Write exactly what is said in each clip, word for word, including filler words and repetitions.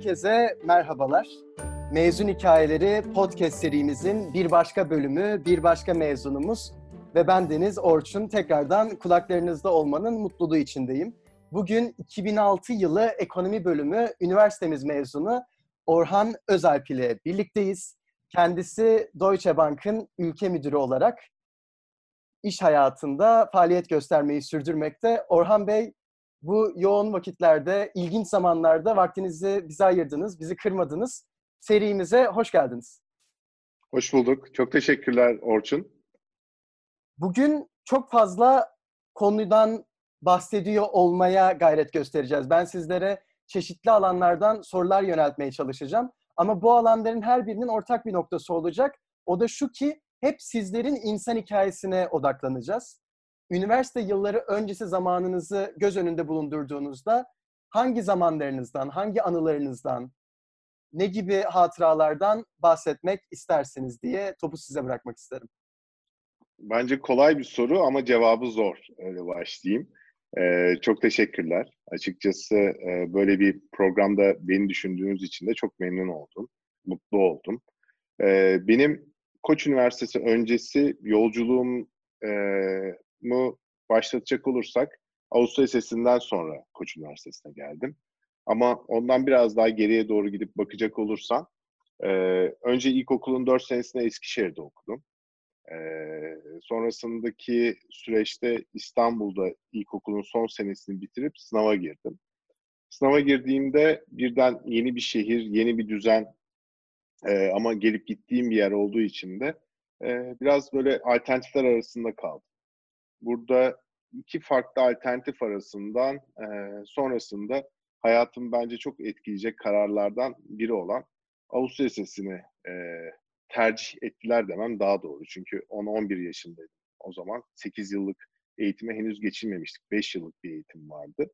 Herkese merhabalar. Mezun Hikayeleri podcast serimizin bir başka bölümü, bir başka mezunumuz ve ben Deniz Orçun. Tekrardan kulaklarınızda olmanın mutluluğu içindeyim. Bugün iki bin altı yılı ekonomi bölümü üniversitemiz mezunu Orhan Özalp ile birlikteyiz. Kendisi Deutsche Bank'ın ülke müdürü olarak iş hayatında faaliyet göstermeyi sürdürmekte. Orhan Bey, bu yoğun vakitlerde, ilginç zamanlarda vaktinizi bize ayırdınız, bizi kırmadınız. Serimize hoş geldiniz. Hoş bulduk. Çok teşekkürler Orçun. Bugün çok fazla konudan bahsediyor olmaya gayret göstereceğiz. Ben sizlere çeşitli alanlardan sorular yöneltmeye çalışacağım. Ama bu alanların her birinin ortak bir noktası olacak. O da şu ki hep sizlerin insan hikayesine odaklanacağız. Üniversite yılları öncesi zamanınızı göz önünde bulundurduğunuzda hangi zamanlarınızdan, hangi anılarınızdan, ne gibi hatıralardan bahsetmek istersiniz diye topu size bırakmak isterim. Bence kolay bir soru ama cevabı zor. Öyle başlayayım. Ee, çok teşekkürler. Açıkçası e, böyle bir programda beni düşündüğünüz için de çok memnun oldum. Mutlu oldum. Ee, benim Koç Üniversitesi öncesi yolculuğumu başlatacak olursak Ağustos Lisesi'nden sonra Koç Üniversitesi'ne geldim. Ama ondan biraz daha geriye doğru gidip bakacak olursam e, önce ilkokulun dört senesini Eskişehir'de okudum. Ee, sonrasındaki süreçte İstanbul'da ilkokulun son senesini bitirip sınava girdim. Sınava girdiğimde birden yeni bir şehir, yeni bir düzen e, ama gelip gittiğim bir yer olduğu için de e, biraz böyle alternatifler arasında kaldım. Burada iki farklı alternatif arasından e, sonrasında hayatımı bence çok etkileyecek kararlardan biri olan Ağustos Lisesi'ni e, tercih ettiler demem daha doğru. Çünkü on on bir yaşındaydım o zaman. sekiz yıllık eğitime henüz geçilmemiştik. beş yıllık bir eğitim vardı.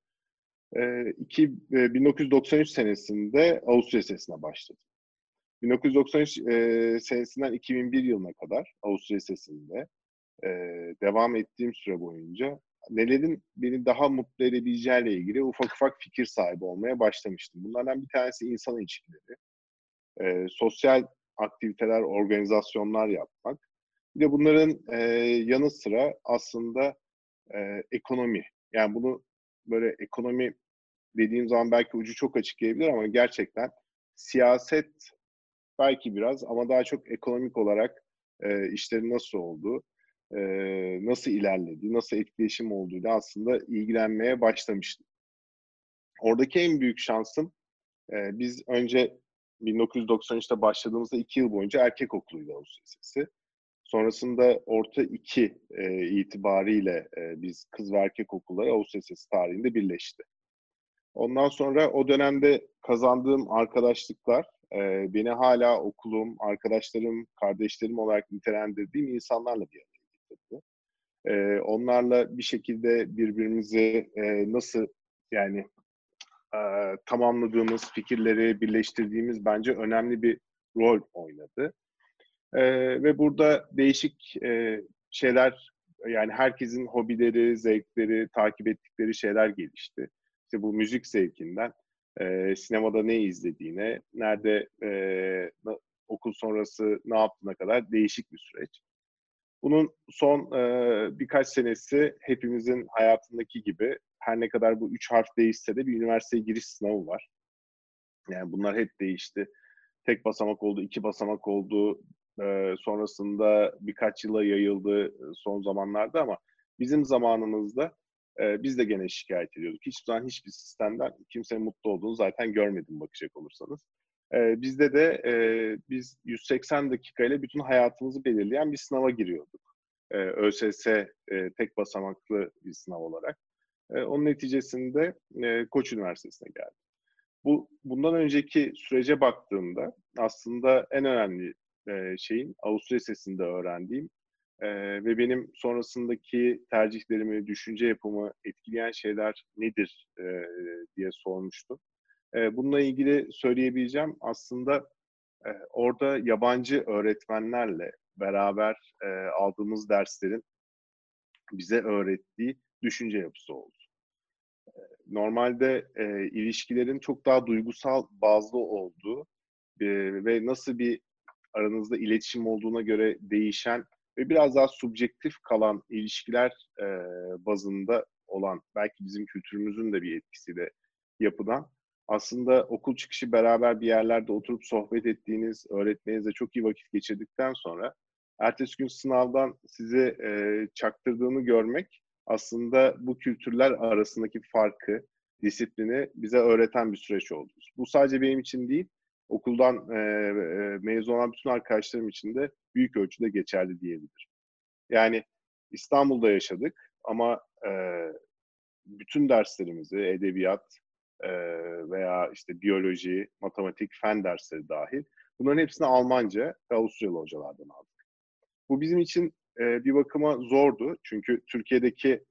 E, iki, e, bin dokuz yüz doksan üç senesinde Ağustos Lisesi'ne başladım. bin dokuz yüz doksan üç e, senesinden iki bin bir yılına kadar Ağustos Lisesi'nde e, devam ettiğim süre boyunca nelerin beni daha mutlu edebileceğiyle ilgili ufak ufak fikir sahibi olmaya başlamıştım. Bunlardan bir tanesi insan ilişkileri, e, sosyal aktiviteler, organizasyonlar yapmak. Bir de bunların e, yanı sıra aslında e, ekonomi. Yani bunu böyle ekonomi dediğim zaman belki ucu çok açık gelebilir ama gerçekten siyaset belki biraz ama daha çok ekonomik olarak e, işlerin nasıl olduğu, e, nasıl ilerlediği, nasıl etkileşim olduğuyla aslında ilgilenmeye başlamıştım. Oradaki en büyük şansım e, biz önce bin dokuz yüz doksan üçte başladığımızda iki yıl boyunca erkek okuluydu Ağustos Lisesi. Sonrasında orta iki e, itibariyle e, biz kız ve erkek okulları Ağustos Lisesi tarihinde birleşti. Ondan sonra o dönemde kazandığım arkadaşlıklar e, beni hala okulum, arkadaşlarım, kardeşlerim olarak nitelendirdiğim insanlarla bir araya getirdi. E, onlarla bir şekilde birbirimizi e, nasıl yani e, tamamladığımız, fikirleri birleştirdiğimiz bence önemli bir rol oynadı. E, ve burada değişik e, şeyler, yani herkesin hobileri, zevkleri, takip ettikleri şeyler gelişti. İşte bu müzik zevkinden e, sinemada ne izlediğine, nerede e, okul sonrası ne yaptığına kadar değişik bir süreç. Bunun son e, birkaç senesi hepimizin hayatındaki gibi her ne kadar bu üç harf değişse de bir üniversiteye giriş sınavı var. Yani bunlar hep değişti. Tek basamak oldu, iki basamak oldu. E, sonrasında birkaç yıla yayıldı son zamanlarda ama bizim zamanımızda e, biz de gene şikayet ediyorduk. Hiçbir zaman hiçbir sistemden kimsenin mutlu olduğunu zaten görmedim bakacak olursanız. E, bizde de e, biz yüz seksen dakikayla bütün hayatımızı belirleyen bir sınava giriyorduk. E, ÖSS e, tek basamaklı bir sınav olarak. E, onun neticesinde e, Koç Üniversitesi'ne geldim. Bu bundan önceki sürece baktığımda aslında en önemli e, şeyin Ağustos Lisesi'nde öğrendiğim e, ve benim sonrasındaki tercihlerimi, düşünce yapımı etkileyen şeyler nedir e, diye sormuştum. E, bununla ilgili söyleyebileceğim aslında e, orada yabancı öğretmenlerle beraber e, aldığımız derslerin bize öğrettiği düşünce yapısı oldu. normalde e, ilişkilerin çok daha duygusal bazlı olduğu e, ve nasıl bir aranızda iletişim olduğuna göre değişen ve biraz daha subjektif kalan ilişkiler e, bazında olan, belki bizim kültürümüzün de bir etkisiyle yapılan, aslında okul çıkışı beraber bir yerlerde oturup sohbet ettiğiniz, öğretmeninizle çok iyi vakit geçirdikten sonra ertesi gün sınavdan sizi e, çaktırdığını görmek aslında bu kültürler arasındaki farkı, disiplini bize öğreten bir süreç oldu. Bu sadece benim için değil, okuldan e, e, mezun olan bütün arkadaşlarım için de büyük ölçüde geçerli diyebilirim. Yani İstanbul'da yaşadık ama e, bütün derslerimizi, edebiyat e, veya işte biyoloji, matematik, fen dersleri dahil, bunların hepsini Almanca ve Avusturyalı hocalardan aldık. Bu bizim için e, bir bakıma zordu. Çünkü Türkiye'deki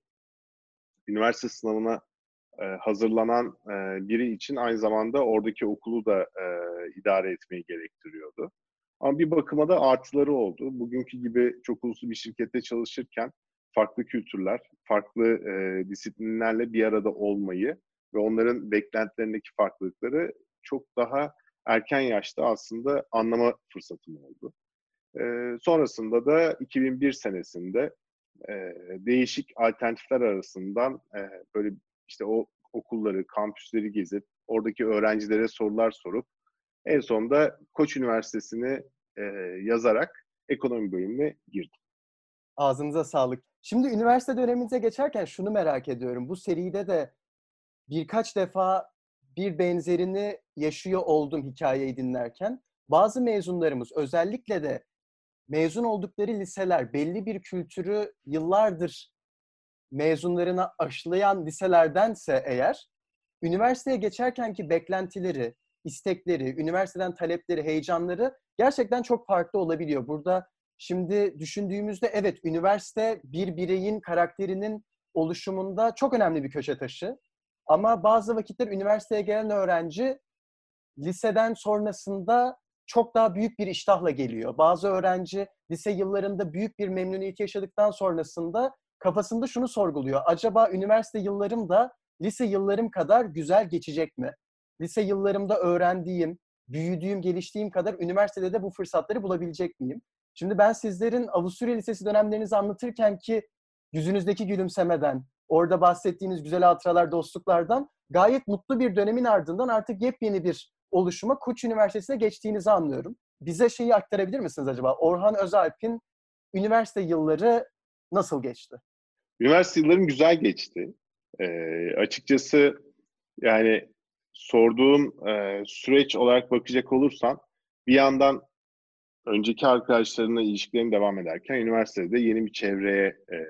üniversite sınavına e, hazırlanan e, biri için aynı zamanda oradaki okulu da e, idare etmeyi gerektiriyordu. Ama bir bakıma da artıları oldu. Bugünkü gibi çok uluslu bir şirkette çalışırken farklı kültürler, farklı e, disiplinlerle bir arada olmayı ve onların beklentilerindeki farklılıkları çok daha erken yaşta aslında anlama fırsatım oldu. E, sonrasında da iki bin bir senesinde e, değişik alternatifler arasından e, böyle işte o okulları, kampüsleri gezip oradaki öğrencilere sorular sorup en sonunda Koç Üniversitesi'ni e, yazarak ekonomi bölümüne girdim. Ağzınıza sağlık. Şimdi üniversite döneminize geçerken şunu merak ediyorum. Bu seride de birkaç defa bir benzerini yaşıyor oldum hikayeyi dinlerken. Bazı mezunlarımız, özellikle de mezun oldukları liseler belli bir kültürü yıllardır mezunlarına aşılayan liselerdense eğer, üniversiteye geçerkenki beklentileri, istekleri, üniversiteden talepleri, heyecanları gerçekten çok farklı olabiliyor. Burada şimdi düşündüğümüzde evet, üniversite bir bireyin karakterinin oluşumunda çok önemli bir köşe taşı. Ama bazı vakitler üniversiteye gelen öğrenci liseden sonrasında çok daha büyük bir iştahla geliyor. Bazı öğrenci lise yıllarında büyük bir memnuniyet yaşadıktan sonrasında kafasında şunu sorguluyor. Acaba üniversite yıllarım da lise yıllarım kadar güzel geçecek mi? Lise yıllarımda öğrendiğim, büyüdüğüm, geliştiğim kadar üniversitede de bu fırsatları bulabilecek miyim? Şimdi ben sizlerin Avusturya Lisesi dönemlerinizi anlatırken ki yüzünüzdeki gülümsemeden, orada bahsettiğiniz güzel hatıralar, dostluklardan gayet mutlu bir dönemin ardından artık yepyeni bir oluşuma Koç Üniversitesi'ne geçtiğinizi anlıyorum. Bize şeyi aktarabilir misiniz acaba? Orhan Özalp'in üniversite yılları nasıl geçti? Üniversite yıllarım güzel geçti. Ee, açıkçası yani sorduğum e, süreç olarak bakacak olursan bir yandan önceki arkadaşlarınla ilişkilerin devam ederken üniversitede yeni bir çevreye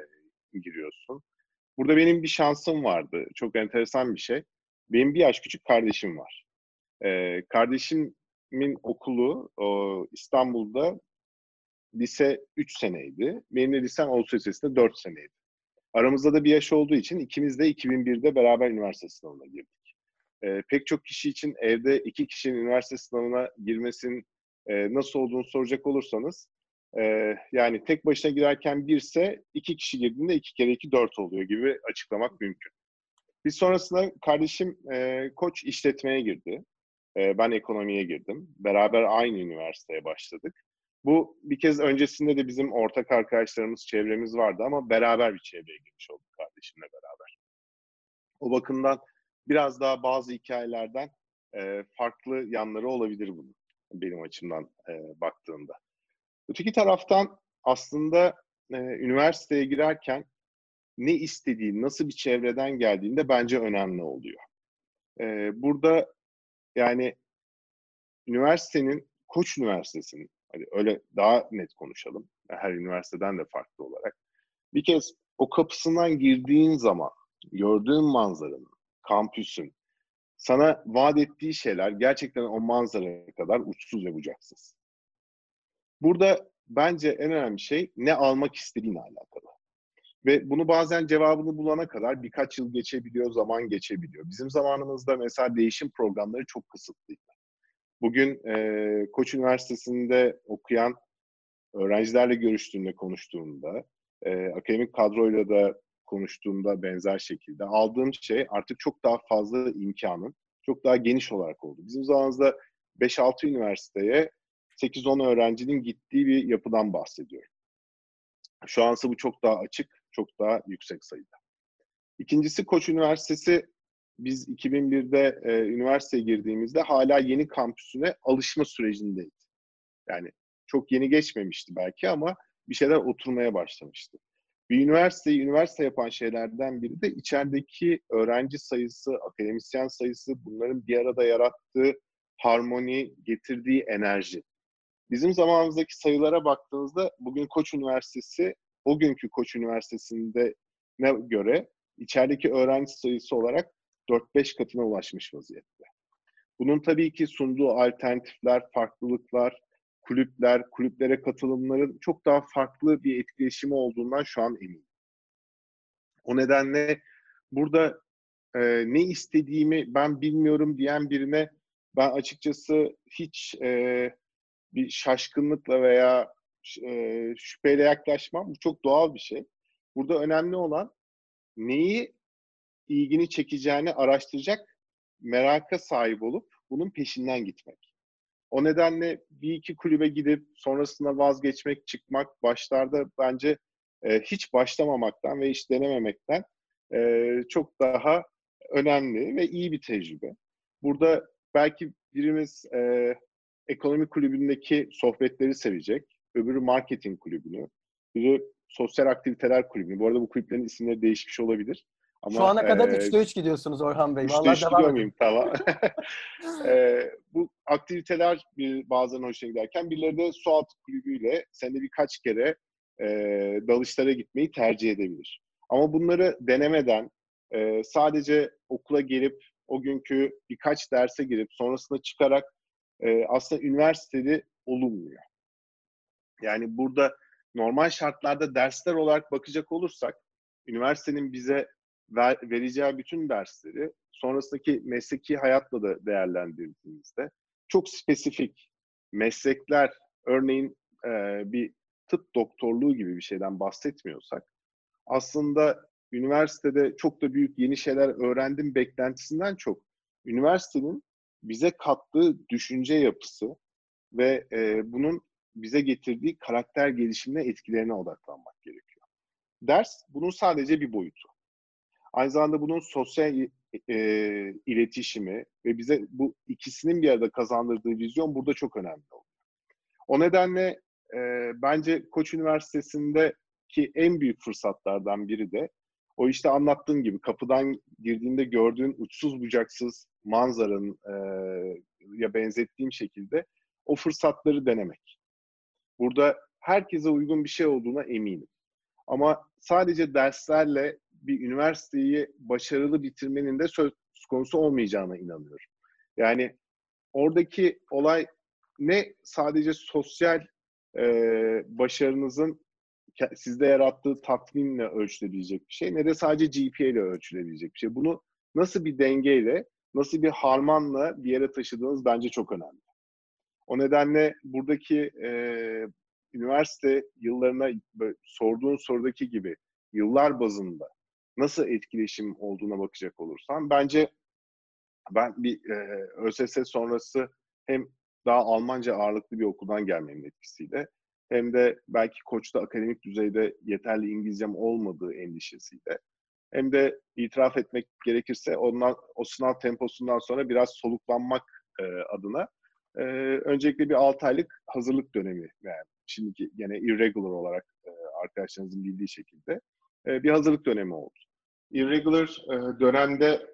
e, giriyorsun. Burada benim bir şansım vardı. Çok enteresan bir şey. Benim bir yaş küçük kardeşim var. Ee, kardeşimin okulu o, İstanbul'da lise üç seneydi. Benim de lisem Ağustos Lisesi'nde dört seneydi. Aramızda da bir yaş olduğu için ikimiz de iki bin birde beraber üniversite sınavına girdik. Ee, pek çok kişi için evde iki kişinin üniversite sınavına girmesinin e, nasıl olduğunu soracak olursanız, e, yani tek başına girerken birse iki kişi girdiğinde iki kere iki dört oluyor gibi açıklamak mümkün. Biz sonrasında kardeşim e, Koç işletmeye girdi. E, ben ekonomiye girdim. Beraber aynı üniversiteye başladık. Bu bir kez öncesinde de bizim ortak arkadaşlarımız, çevremiz vardı ama beraber bir çevreye girmiş olduk kardeşimle beraber. O bakımdan biraz daha bazı hikayelerden e, farklı yanları olabilir bunun benim açımdan e, baktığımda. Öteki taraftan aslında e, üniversiteye girerken ne istediğin, nasıl bir çevreden geldiğinde bence önemli oluyor. E, burada yani üniversitenin, Koç Üniversitesi'nin, hadi öyle daha net konuşalım, her üniversiteden de farklı olarak, bir kez o kapısından girdiğin zaman gördüğün manzaranın, kampüsün, sana vaat ettiği şeyler gerçekten o manzaraya kadar uçsuz ve bucaksız. Burada bence en önemli şey ne almak istediğinle alakalı. Ve bunu bazen cevabını bulana kadar birkaç yıl geçebiliyor, zaman geçebiliyor. Bizim zamanımızda mesela değişim programları çok kısıtlıydı. Bugün e, Koç Üniversitesi'nde okuyan öğrencilerle görüştüğümde, konuştuğumda, e, akademik kadroyla da konuştuğumda benzer şekilde aldığım şey artık çok daha fazla imkanın, çok daha geniş olarak oldu. Bizim zamanımızda beş altı üniversiteye sekiz on öğrencinin gittiği bir yapıdan bahsediyorum. Şu ansa bu çok daha açık, çok daha yüksek sayıda. İkincisi Koç Üniversitesi, biz iki bin birde e, üniversiteye girdiğimizde hala yeni kampüsüne alışma sürecindeydi. Yani çok yeni geçmemişti belki ama bir şeyler oturmaya başlamıştı. Bir üniversiteyi üniversite yapan şeylerden biri de içerideki öğrenci sayısı, akademisyen sayısı, bunların bir arada yarattığı harmoni, getirdiği enerji. Bizim zamanımızdaki sayılara baktığınızda bugün Koç Üniversitesi, o günkü Koç Üniversitesi'nde ne göre içerideki öğrenci sayısı olarak dört beş katına ulaşmış vaziyette. Bunun tabii ki sunduğu alternatifler, farklılıklar, kulüpler, kulüplere katılımların çok daha farklı bir etkileşimi olduğundan şu an eminim. O nedenle burada e, ne istediğimi ben bilmiyorum diyen birine ben açıkçası hiç e, bir şaşkınlıkla veya e, şüpheyle yaklaşmam. Bu çok doğal bir şey. Burada önemli olan neyi ilgini çekeceğini araştıracak meraka sahip olup bunun peşinden gitmek. O nedenle bir iki kulübe gidip sonrasında vazgeçmek, çıkmak başlarda bence e, hiç başlamamaktan ve hiç denememekten e, çok daha önemli ve iyi bir tecrübe. Burada belki birimiz e, ekonomi kulübündeki sohbetleri sevecek, öbürü marketing kulübünü, biri sosyal aktiviteler kulübünü. Bu arada bu kulüplerin isimleri değişmiş olabilir. Şu Ama ana kadar e, üçte üç gidiyorsunuz Orhan Bey. üçte Vallahi üç devam gidiyor edin. muyum? Tamam. e, bu aktiviteler bir, bazen hoşuna giderken birileri de su altı kulübüyle senede birkaç kere e, dalışlara gitmeyi tercih edebilir. Ama bunları denemeden e, sadece okula gelip o günkü birkaç derse girip sonrasında çıkarak e, aslında üniversitede olunmuyor. Yani burada normal şartlarda dersler olarak bakacak olursak üniversitenin bize ver, vereceği bütün dersleri sonrasındaki mesleki hayatla da değerlendirdiğimizde çok spesifik meslekler, örneğin e, bir tıp doktorluğu gibi bir şeyden bahsetmiyorsak aslında üniversitede çok da büyük yeni şeyler öğrendim beklentisinden çok üniversitenin bize kattığı düşünce yapısı ve e, bunun bize getirdiği karakter gelişimine, etkilerine odaklanmak gerekiyor. Ders bunun sadece bir boyutu. Aynı zamanda bunun sosyal e, iletişimi ve bize bu ikisinin bir arada kazandırdığı vizyon burada çok önemli oluyor. O nedenle e, bence Koç Üniversitesi'ndeki en büyük fırsatlardan biri de o işte anlattığım gibi kapıdan girdiğinde gördüğün uçsuz bucaksız manzaranın e, ya benzettiğim şekilde o fırsatları denemek. Burada herkese uygun bir şey olduğuna eminim. Ama sadece derslerle bir üniversiteyi başarılı bitirmenin de söz konusu olmayacağına inanıyorum. Yani oradaki olay ne sadece sosyal e, başarınızın sizde yarattığı tatminle ölçülebilecek bir şey, ne de sadece G P A ile ölçülebilecek bir şey. Bunu nasıl bir dengeyle, nasıl bir harmanla bir yere taşıdığınız bence çok önemli. O nedenle buradaki e, üniversite yıllarına böyle, sorduğun sorudaki gibi yıllar bazında nasıl etkileşim olduğuna bakacak olursam bence ben bir e, ÖSS sonrası hem daha Almanca ağırlıklı bir okuldan gelmemin etkisiyle hem de belki Koç'ta akademik düzeyde yeterli İngilizcem olmadığı endişesiyle hem de itiraf etmek gerekirse ondan, o sınav temposundan sonra biraz soluklanmak e, adına e, öncelikle bir altı aylık hazırlık dönemi, yani şimdiki yine irregular olarak e, arkadaşlarınızın bildiği şekilde e, bir hazırlık dönemi oldu. Irregular e, dönemde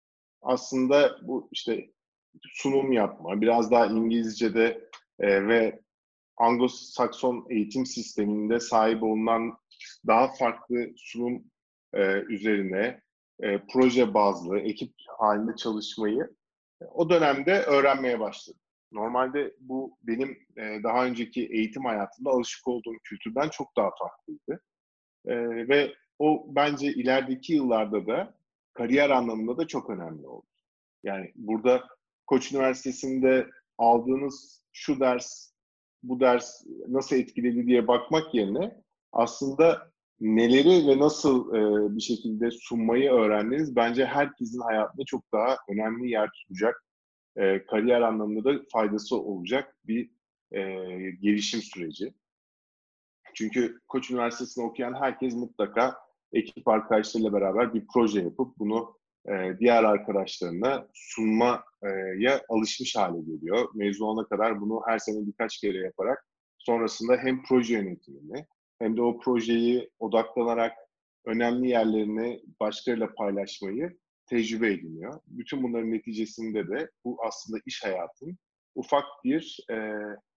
aslında bu işte sunum yapma, biraz daha İngilizce'de e, ve Anglo-Sakson eğitim sisteminde sahip olunan daha farklı sunum e, üzerine e, proje bazlı, ekip halinde çalışmayı e, o dönemde öğrenmeye başladım. Normalde bu benim e, daha önceki eğitim hayatımda alışık olduğum kültürden çok daha farklıydı. E, ve o bence ilerideki yıllarda da kariyer anlamında da çok önemli oldu. Yani burada Koç Üniversitesi'nde aldığınız şu ders, bu ders nasıl etkiledi diye bakmak yerine aslında neleri ve nasıl e, bir şekilde sunmayı öğrendiniz bence herkesin hayatında çok daha önemli yer tutacak, e, kariyer anlamında da faydası olacak bir e, gelişim süreci. Çünkü Koç Üniversitesi'nde okuyan herkes mutlaka ekip arkadaşlarıyla beraber bir proje yapıp bunu e, diğer arkadaşlarına sunmaya alışmış hale geliyor. Mezun olana kadar bunu her sene birkaç kere yaparak sonrasında hem proje yönetimini hem de o projeyi odaklanarak önemli yerlerini başkalarıyla paylaşmayı tecrübe ediniyor. Bütün bunların neticesinde de bu aslında iş hayatının ufak bir e,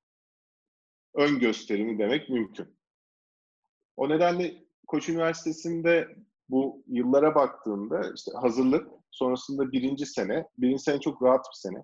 ön gösterimi demek mümkün. O nedenle Koç Üniversitesi'nde bu yıllara baktığımda işte hazırlık, sonrasında birinci sene, birinci sene çok rahat bir sene.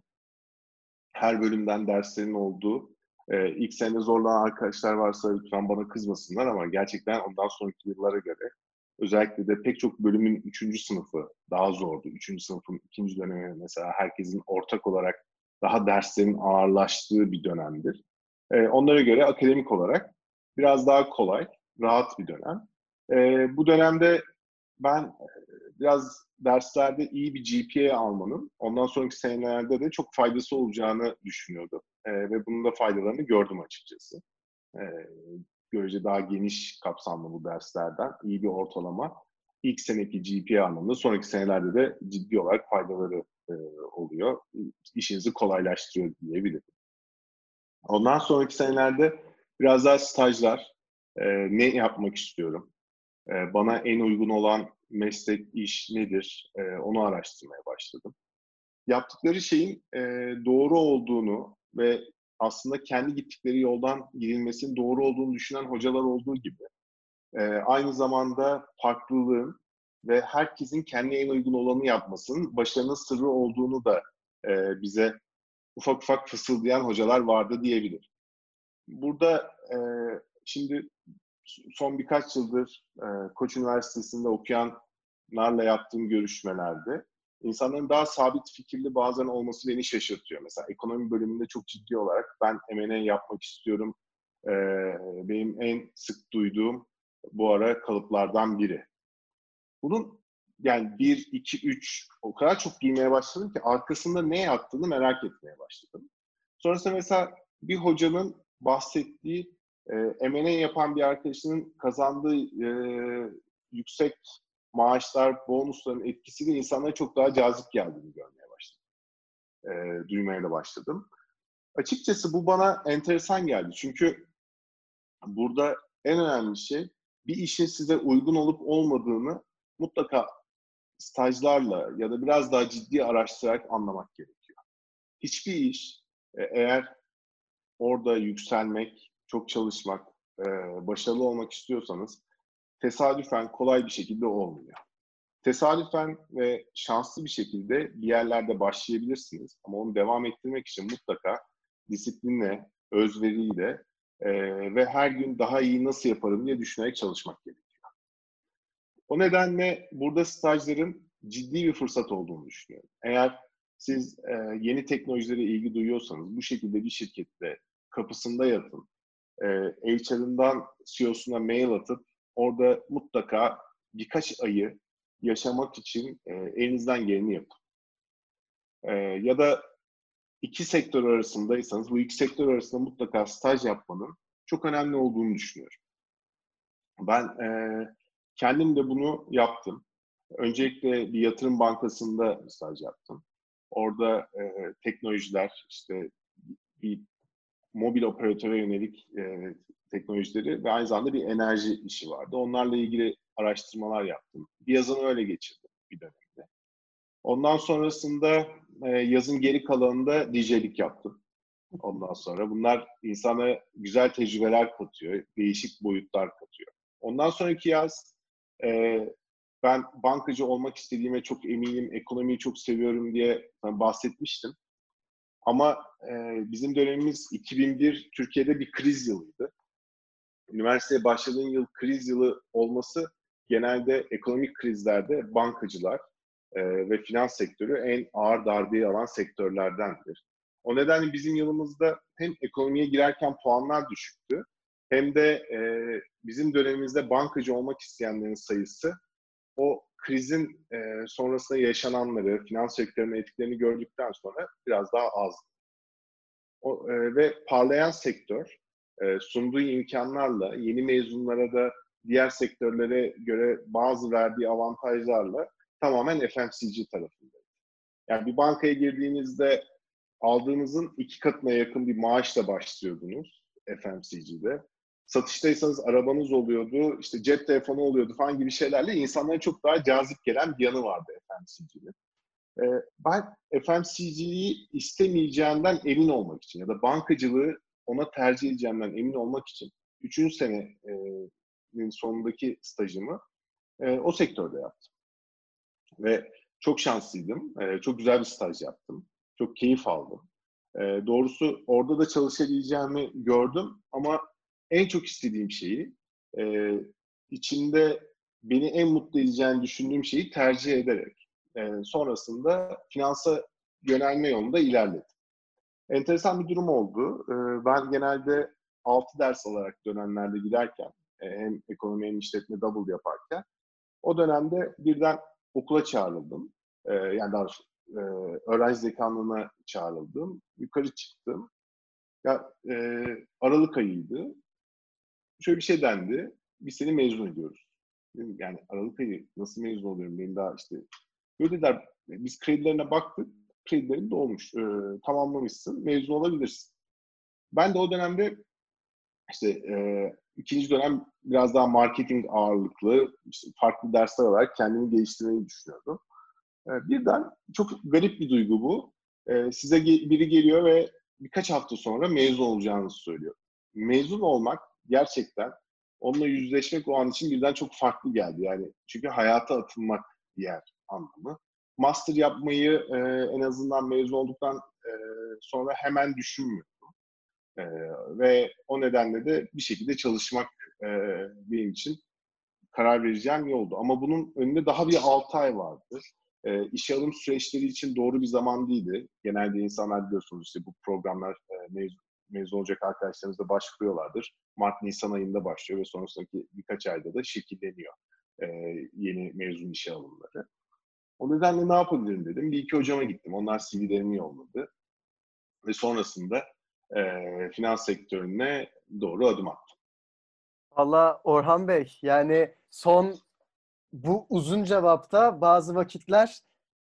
Her bölümden derslerin olduğu, e, ilk sene zorlanan arkadaşlar varsa lütfen bana kızmasınlar ama gerçekten ondan sonraki yıllara göre özellikle de pek çok bölümün üçüncü sınıfı daha zordu. Üçüncü sınıfın ikinci dönemi mesela herkesin ortak olarak daha derslerin ağırlaştığı bir dönemdir. E, onlara göre akademik olarak biraz daha kolay, rahat bir dönem. E, bu dönemde ben biraz derslerde iyi bir G P A almanın ondan sonraki senelerde de çok faydası olacağını düşünüyordum. E, ve bunun da faydalarını gördüm açıkçası. E, Görece daha geniş kapsamlı bu derslerden iyi bir ortalama ilk seneki G P A anlamında sonraki senelerde de ciddi olarak faydaları e, oluyor. İşinizi kolaylaştırıyor diyebilirim. Ondan sonraki senelerde biraz daha stajlar, e, ne yapmak istiyorum, e, bana en uygun olan meslek, iş nedir, e, onu araştırmaya başladım. Yaptıkları şeyin e, doğru olduğunu ve aslında kendi gittikleri yoldan gidilmesinin doğru olduğunu düşünen hocalar olduğu gibi, e, aynı zamanda farklılığın ve herkesin kendi en uygun olanı yapmasının başarının sırrı olduğunu da e, bize ufak ufak fısıldayan hocalar vardı diyebilirim. Burada e, şimdi son birkaç yıldır e, Koç Üniversitesi'nde okuyanlarla yaptığım görüşmelerde insanların daha sabit fikirli bazen olması beni şaşırtıyor. Mesela ekonomi bölümünde çok ciddi olarak ben M and A yapmak istiyorum. E, benim en sık duyduğum bu ara kalıplardan biri. Bunun yani bir, iki, üç o kadar çok duymaya başladım ki arkasında ne yattığını merak etmeye başladım. Sonrasında mesela bir hocanın bahsettiği e, M and A yapan bir arkadaşının kazandığı e, yüksek maaşlar, bonusların etkisiyle insanlara çok daha cazip geldiğini görmeye başladım. E, duymaya da başladım. Açıkçası bu bana enteresan geldi. Çünkü burada en önemli şey bir işin size uygun olup olmadığını mutlaka stajlarla ya da biraz daha ciddi araştırarak anlamak gerekiyor. Hiçbir iş e, eğer orada yükselmek, çok çalışmak, e, başarılı olmak istiyorsanız tesadüfen kolay bir şekilde olmuyor. Tesadüfen ve şanslı bir şekilde bir yerlerde başlayabilirsiniz ama onu devam ettirmek için mutlaka disiplinle, özveriyle e, ve her gün daha iyi nasıl yaparım diye düşünerek çalışmak gerekiyor. O nedenle burada stajların ciddi bir fırsat olduğunu düşünüyorum. Eğer siz e, yeni teknolojilere ilgi duyuyorsanız bu şekilde bir şirkette kapısında yatın, e, H R'ından C E O'suna mail atıp orada mutlaka birkaç ayı yaşamak için e, elinizden geleni yapın. E, ya da iki sektör arasındaysanız bu iki sektör arasında mutlaka staj yapmanın çok önemli olduğunu düşünüyorum. Ben e, kendim de bunu yaptım. Öncelikle bir yatırım bankasında staj yaptım. Orada e, teknolojiler, işte bir mobil operatöre yönelik e, teknolojileri ve aynı zamanda bir enerji işi vardı. Onlarla ilgili araştırmalar yaptım. Bir yazını öyle geçirdim bir dönemde. Ondan sonrasında e, yazın geri kalanında D J'lik yaptım. Ondan sonra bunlar insana güzel tecrübeler katıyor, değişik boyutlar katıyor. Ondan sonraki yaz e, ben bankacı olmak istediğime çok eminim, ekonomiyi çok seviyorum diye bahsetmiştim. Ama e, bizim dönemimiz iki bin bir Türkiye'de bir kriz yılıydı. Üniversiteye başladığın yıl kriz yılı olması genelde ekonomik krizlerde bankacılar e, ve finans sektörü en ağır darbeyi alan sektörlerdendir. O nedenle bizim yılımızda hem ekonomiye girerken puanlar düşüktü hem de e, bizim dönemimizde bankacı olmak isteyenlerin sayısı o krizin e, sonrasında yaşananları, finans sektörünün etkilerini gördükten sonra biraz daha az. O, e, ve parlayan sektör e, sunduğu imkanlarla, yeni mezunlara da diğer sektörlere göre bazı verdiği avantajlarla tamamen F M C G tarafında. Yani bir bankaya girdiğinizde aldığınızın iki katına yakın bir maaşla başlıyordunuz F M C G'de. Satıştaysanız arabanız oluyordu, işte cep telefonu oluyordu falan gibi şeylerle insanlara çok daha cazip gelen bir yanı vardı F M C G'nin. Ee, ben F M C G'yi istemeyeceğinden emin olmak için ya da bankacılığı ona tercih edeceğimden emin olmak için üçüncü senenin sonundaki stajımı e, o sektörde yaptım. Ve çok şanslıydım. E, çok güzel bir staj yaptım. Çok keyif aldım. E, doğrusu orada da çalışabileceğimi gördüm ama en çok istediğim şeyi, e, içinde beni en mutlu edeceğini düşündüğüm şeyi tercih ederek e, sonrasında finansa yönelme yolunda ilerledim. Enteresan bir durum oldu. E, ben genelde altı ders alarak dönemlerde giderken, e, hem ekonomi hem işletme double yaparken, o dönemde birden okula çağrıldım. Ee, yani daha e, öğrenci dekanlığına çağrıldım. Yukarı çıktım. Ya e, Aralık ayıydı. Şöyle bir şey dendi. Biz seni mezun ediyoruz. Dedim, yani Aralık ayı nasıl mezun oluyorum? Benim daha işte böyle dediler. Biz kredilerine baktık. Kredilerin dolmuş. E, tamamlamışsın. Mezun olabilirsin. Ben de o dönemde İşte e, ikinci dönem biraz daha marketing ağırlıklı, işte farklı dersler olarak kendimi geliştirmeyi düşünüyordum. E, birden çok garip bir duygu bu. E, size ge- biri geliyor ve birkaç hafta sonra mezun olacağınızı söylüyor. Mezun olmak gerçekten onunla yüzleşmek o an için birden çok farklı geldi. Yani çünkü hayata atılmak diğer anlamı. Master yapmayı e, en azından mezun olduktan e, sonra hemen düşünmüyorum. Ee, ve o nedenle de bir şekilde çalışmak e, benim için karar vereceğim yoldu. Ama bunun önünde daha bir altı ay vardı. E, işe alım süreçleri için doğru bir zaman değildi. Genelde insanlar biliyorsunuz işte bu programlar e, mezun, mezun olacak arkadaşlarımız da başvuruyorlardır. Mart-Nisan ayında başlıyor ve sonrasındaki birkaç ayda da şekilleniyor e, yeni mezun işe alımları. O nedenle ne yapabilirim dedim. Bir iki hocama gittim. Onlar C V'lerimi yolladı. Ve sonrasında e, finans sektörüne doğru adım attım. Valla Orhan Bey, yani son bu uzun cevapta bazı vakitler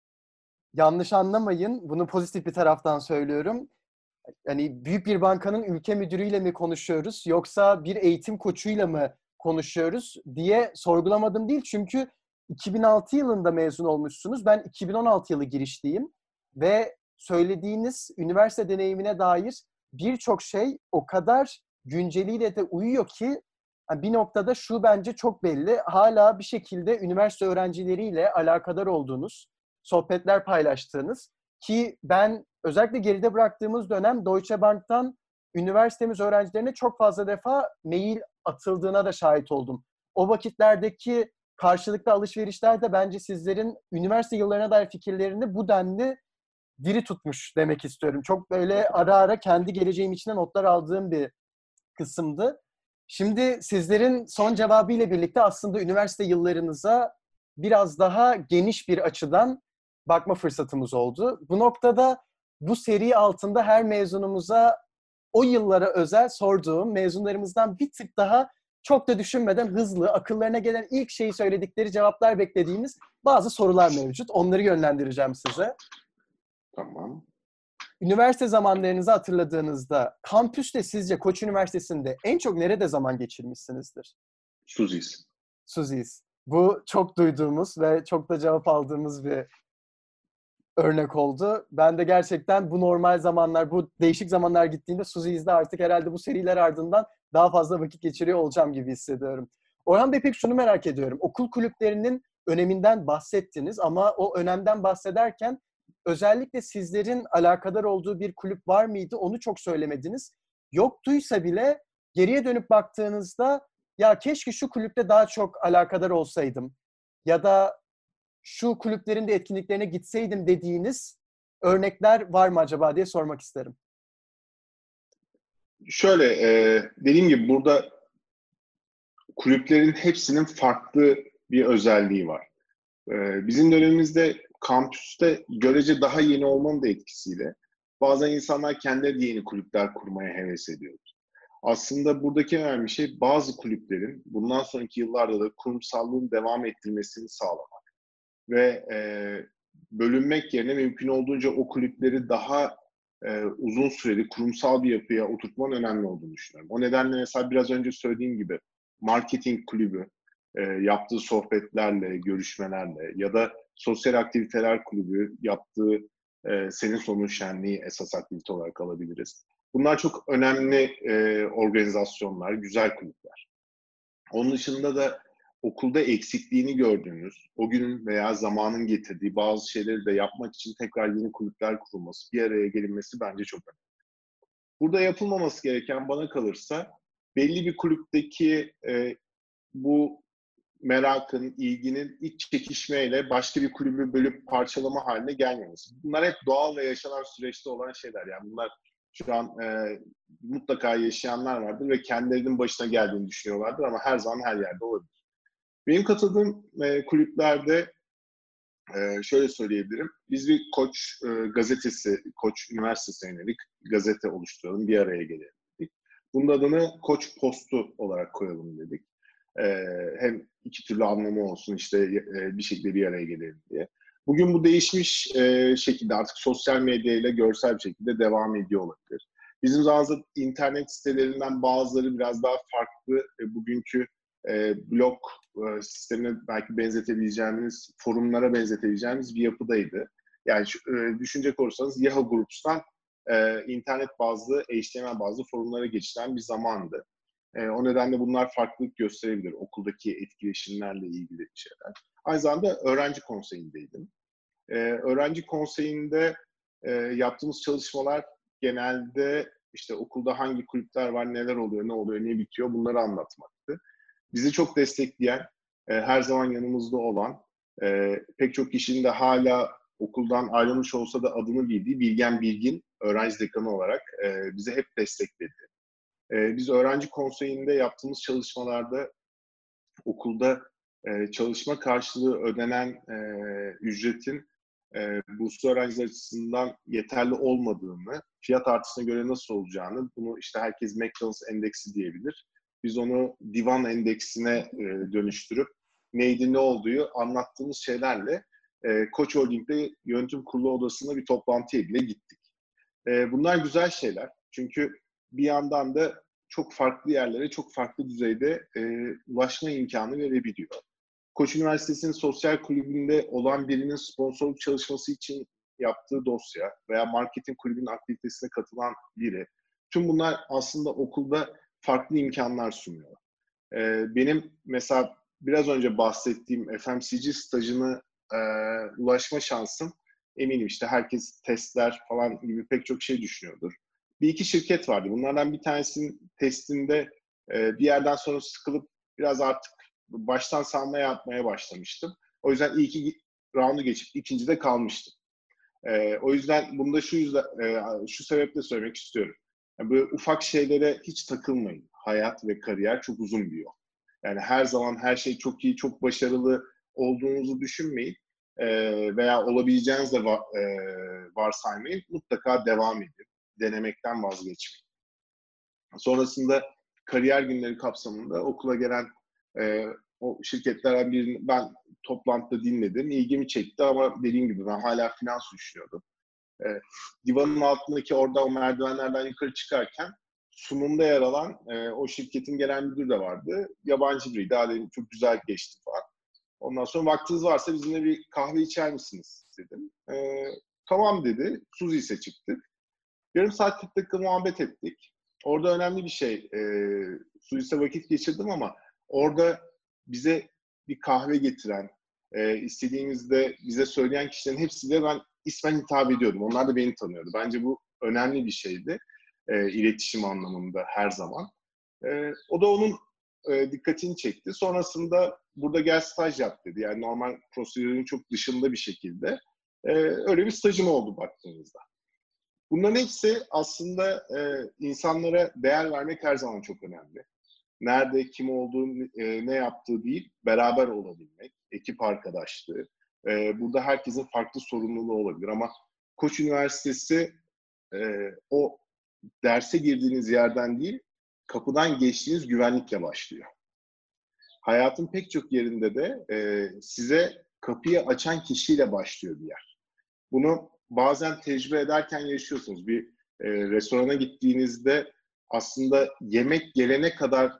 yanlış anlamayın, bunu pozitif bir taraftan söylüyorum. Yani büyük bir bankanın ülke müdürüyle mi konuşuyoruz yoksa bir eğitim koçuyla mı konuşuyoruz diye sorgulamadım değil. Çünkü iki bin altı yılında mezun olmuşsunuz. Ben iki bin on altı yılı girişliyim ve söylediğiniz üniversite deneyimine dair birçok şey o kadar günceliyle de uyuyor ki bir noktada şu bence çok belli. Hala bir şekilde üniversite öğrencileriyle alakadar olduğunuz, sohbetler paylaştığınız ki ben özellikle geride bıraktığımız dönem Deutsche Bank'tan üniversitemiz öğrencilerine çok fazla defa mail atıldığına da şahit oldum. O vakitlerdeki karşılıklı alışverişler de bence sizlerin üniversite yıllarına dair fikirlerini bu denli diri tutmuş demek istiyorum. Çok böyle ara ara kendi geleceğim içine notlar aldığım bir kısımdı. Şimdi sizlerin son cevabıyla birlikte aslında üniversite yıllarınıza biraz daha geniş bir açıdan bakma fırsatımız oldu. Bu noktada bu seri altında her mezunumuza o yıllara özel sorduğum, mezunlarımızdan bir tık daha çok da düşünmeden hızlı, akıllarına gelen ilk şeyi söyledikleri cevaplar beklediğimiz bazı sorular mevcut. Onları yönlendireceğim size. Tamam. Üniversite zamanlarınızı hatırladığınızda kampüste sizce Koç Üniversitesi'nde en çok nerede zaman geçirmişsinizdir? Suzi's. Suzi's. Bu çok duyduğumuz ve çok da cevap aldığımız bir örnek oldu. Ben de gerçekten bu normal zamanlar, bu değişik zamanlar gittiğinde Suzi's'de artık herhalde bu seriler ardından daha fazla vakit geçiriyor olacağım gibi hissediyorum. Orhan Bey, pek şunu merak ediyorum. Okul kulüplerinin öneminden bahsettiniz ama o önemden bahsederken özellikle sizlerin alakadar olduğu bir kulüp var mıydı? Onu çok söylemediniz. Yoktuysa bile geriye dönüp baktığınızda ya keşke şu kulüpte daha çok alakadar olsaydım ya da şu kulüplerin de etkinliklerine gitseydim dediğiniz örnekler var mı acaba diye sormak isterim. Şöyle, e, dediğim gibi burada kulüplerin hepsinin farklı bir özelliği var. Ee, bizim dönemimizde kampüste görece daha yeni olmanın da etkisiyle bazen insanlar kendileri de yeni kulüpler kurmaya heves ediyordu. Aslında buradaki önemli şey bazı kulüplerin bundan sonraki yıllarda da kurumsallığın devam ettirmesini sağlamak ve e, bölünmek yerine mümkün olduğunca o kulüpleri daha e, uzun süreli kurumsal bir yapıya oturtmanın önemli olduğunu düşünüyorum. O nedenle mesela biraz önce söylediğim gibi marketing kulübü e, yaptığı sohbetlerle, görüşmelerle ya da sosyal aktiviteler kulübü yaptığı e, senin sonun şenliği esas aktivite olarak alabiliriz. Bunlar çok önemli e, organizasyonlar, güzel kulüpler. Onun dışında da okulda eksikliğini gördüğünüz, o günün veya zamanın getirdiği bazı şeyleri de yapmak için tekrar yeni kulüpler kurulması, bir araya gelinmesi bence çok önemli. Burada yapılmaması gereken bana kalırsa belli bir kulüpteki e, bu merakın, ilginin iç çekişmeyle başka bir kulübü bölüp parçalama haline gelmemesi. Bunlar hep doğal ve yaşanan süreçte olan şeyler. Yani bunlar şu an e, mutlaka yaşayanlar vardır ve kendilerinin başına geldiğini düşünüyorlardır ama her zaman her yerde olabilir. Benim katıldığım e, kulüplerde e, şöyle söyleyebilirim. Biz bir Koç e, gazetesi, Koç Üniversitesi'ne yönelik gazete oluşturalım, bir araya gelelim dedik. Bunun adını Koç Postu olarak koyalım dedik. E, hem iki türlü anlamı olsun işte e, bir şekilde bir araya gelelim diye. Bugün bu değişmiş e, şekilde artık sosyal medyayla görsel bir şekilde devam ediyor olabilir. Bizim zamanımızda internet sitelerinden bazıları biraz daha farklı e, bugünkü e, blog e, sistemine belki benzetebileceğimiz, forumlara benzetebileceğimiz bir yapıdaydı. Yani şu, e, düşünecek olursanız Yahoo Groups'tan e, internet bazlı, H T M L bazlı forumlara geçilen bir zamandı. E, o nedenle bunlar farklılık gösterebilir okuldaki etkileşimlerle ilgili şeyler. Aynı zamanda öğrenci konseyindeydim. E, öğrenci konseyinde e, yaptığımız çalışmalar genelde işte okulda hangi kulüpler var, neler oluyor, ne oluyor, ne bitiyor bunları anlatmaktı. Bizi çok destekleyen, e, her zaman yanımızda olan, e, pek çok kişinin de hala okuldan ayrılmış olsa da adını bildiği Bilgen Bilgin öğrenci dekanı olarak e, bizi hep destekledi. E, biz öğrenci konseyinde yaptığımız çalışmalarda okulda e, çalışma karşılığı ödenen e, ücretin e, burslu öğrenciler açısından yeterli olmadığını, fiyat artışına göre nasıl olacağını, bunu işte herkes McDonald's endeksi diyebilir. Biz onu divan endeksine e, dönüştürüp neydi ne olduğu anlattığımız şeylerle e, Koç Holding'de yönetim kurulu odasına bir toplantıya bile gittik. E, bunlar güzel şeyler. Çünkü bir yandan da çok farklı yerlere, çok farklı düzeyde e, ulaşma imkanı verebiliyor. Koç Üniversitesi'nin sosyal kulübünde olan birinin sponsorluk çalışması için yaptığı dosya veya marketing kulübünün aktivitesine katılan biri. Tüm bunlar aslında okulda farklı imkanlar sunuyor. Ee, benim mesela biraz önce bahsettiğim F M C G stajını e, ulaşma şansım eminim işte herkes testler falan gibi pek çok şey düşünüyordur. Bir iki şirket vardı. Bunlardan bir tanesinin testinde e, bir yerden sonra sıkılıp biraz artık baştan savma yapmaya başlamıştım. O yüzden ilk iki roundu geçip ikincide kalmıştım. E, o yüzden bunda şu yüzden e, şu sebeple söylemek istiyorum. Yani böyle ufak şeylere hiç takılmayın. Hayat ve kariyer çok uzun bir yol. Yani her zaman her şey çok iyi, çok başarılı olduğunuzu düşünmeyin. E, veya olabileceğinizi de var, e, varsaymayın. Mutlaka devam edin. Denemekten vazgeçmeyin. Sonrasında kariyer günleri kapsamında okula gelen e, o şirketlerden birini ben toplantıda dinledim. İlgimi çekti ama dediğim gibi ben hala finans düşünüyordum. E, divanın altındaki orada o merdivenlerden yukarı çıkarken sunumda yer alan e, o şirketin genel müdürü de vardı. Yabancı biriydi. Daha dedim çok güzel geçti falan. Ondan sonra vaktiniz varsa bizimle bir kahve içer misiniz dedim. E, tamam dedi. Suzy çıktık. Yarım saat kırk dakika muhabbet ettik. Orada önemli bir şey. E, Suzy'se vakit geçirdim ama orada bize bir kahve getiren, e, istediğimizde bize söyleyen kişilerin hepsiyle ben ismen hitap ediyordum. Onlar da beni tanıyordu. Bence bu önemli bir şeydi. E, iletişim anlamında her zaman. E, o da onun e, dikkatini çekti. Sonrasında burada gel staj yap dedi. Yani normal prosedürün çok dışında bir şekilde. E, öyle bir stajım oldu baktığınızda. Bunların hepsi aslında e, insanlara değer vermek her zaman çok önemli. nerede kim olduğu, e, ne yaptığı değil, beraber olabilmek, ekip arkadaşlığı. E, burada herkesin farklı sorumluluğu olabilir ama Koç Üniversitesi e, o derse girdiğiniz yerden değil, kapıdan geçtiğiniz güvenlikle başlıyor. Hayatın pek çok yerinde de e, size kapıyı açan kişiyle başlıyor bir yer. Bunu bazen tecrübe ederken yaşıyorsunuz. Bir e, restorana gittiğinizde aslında yemek gelene kadar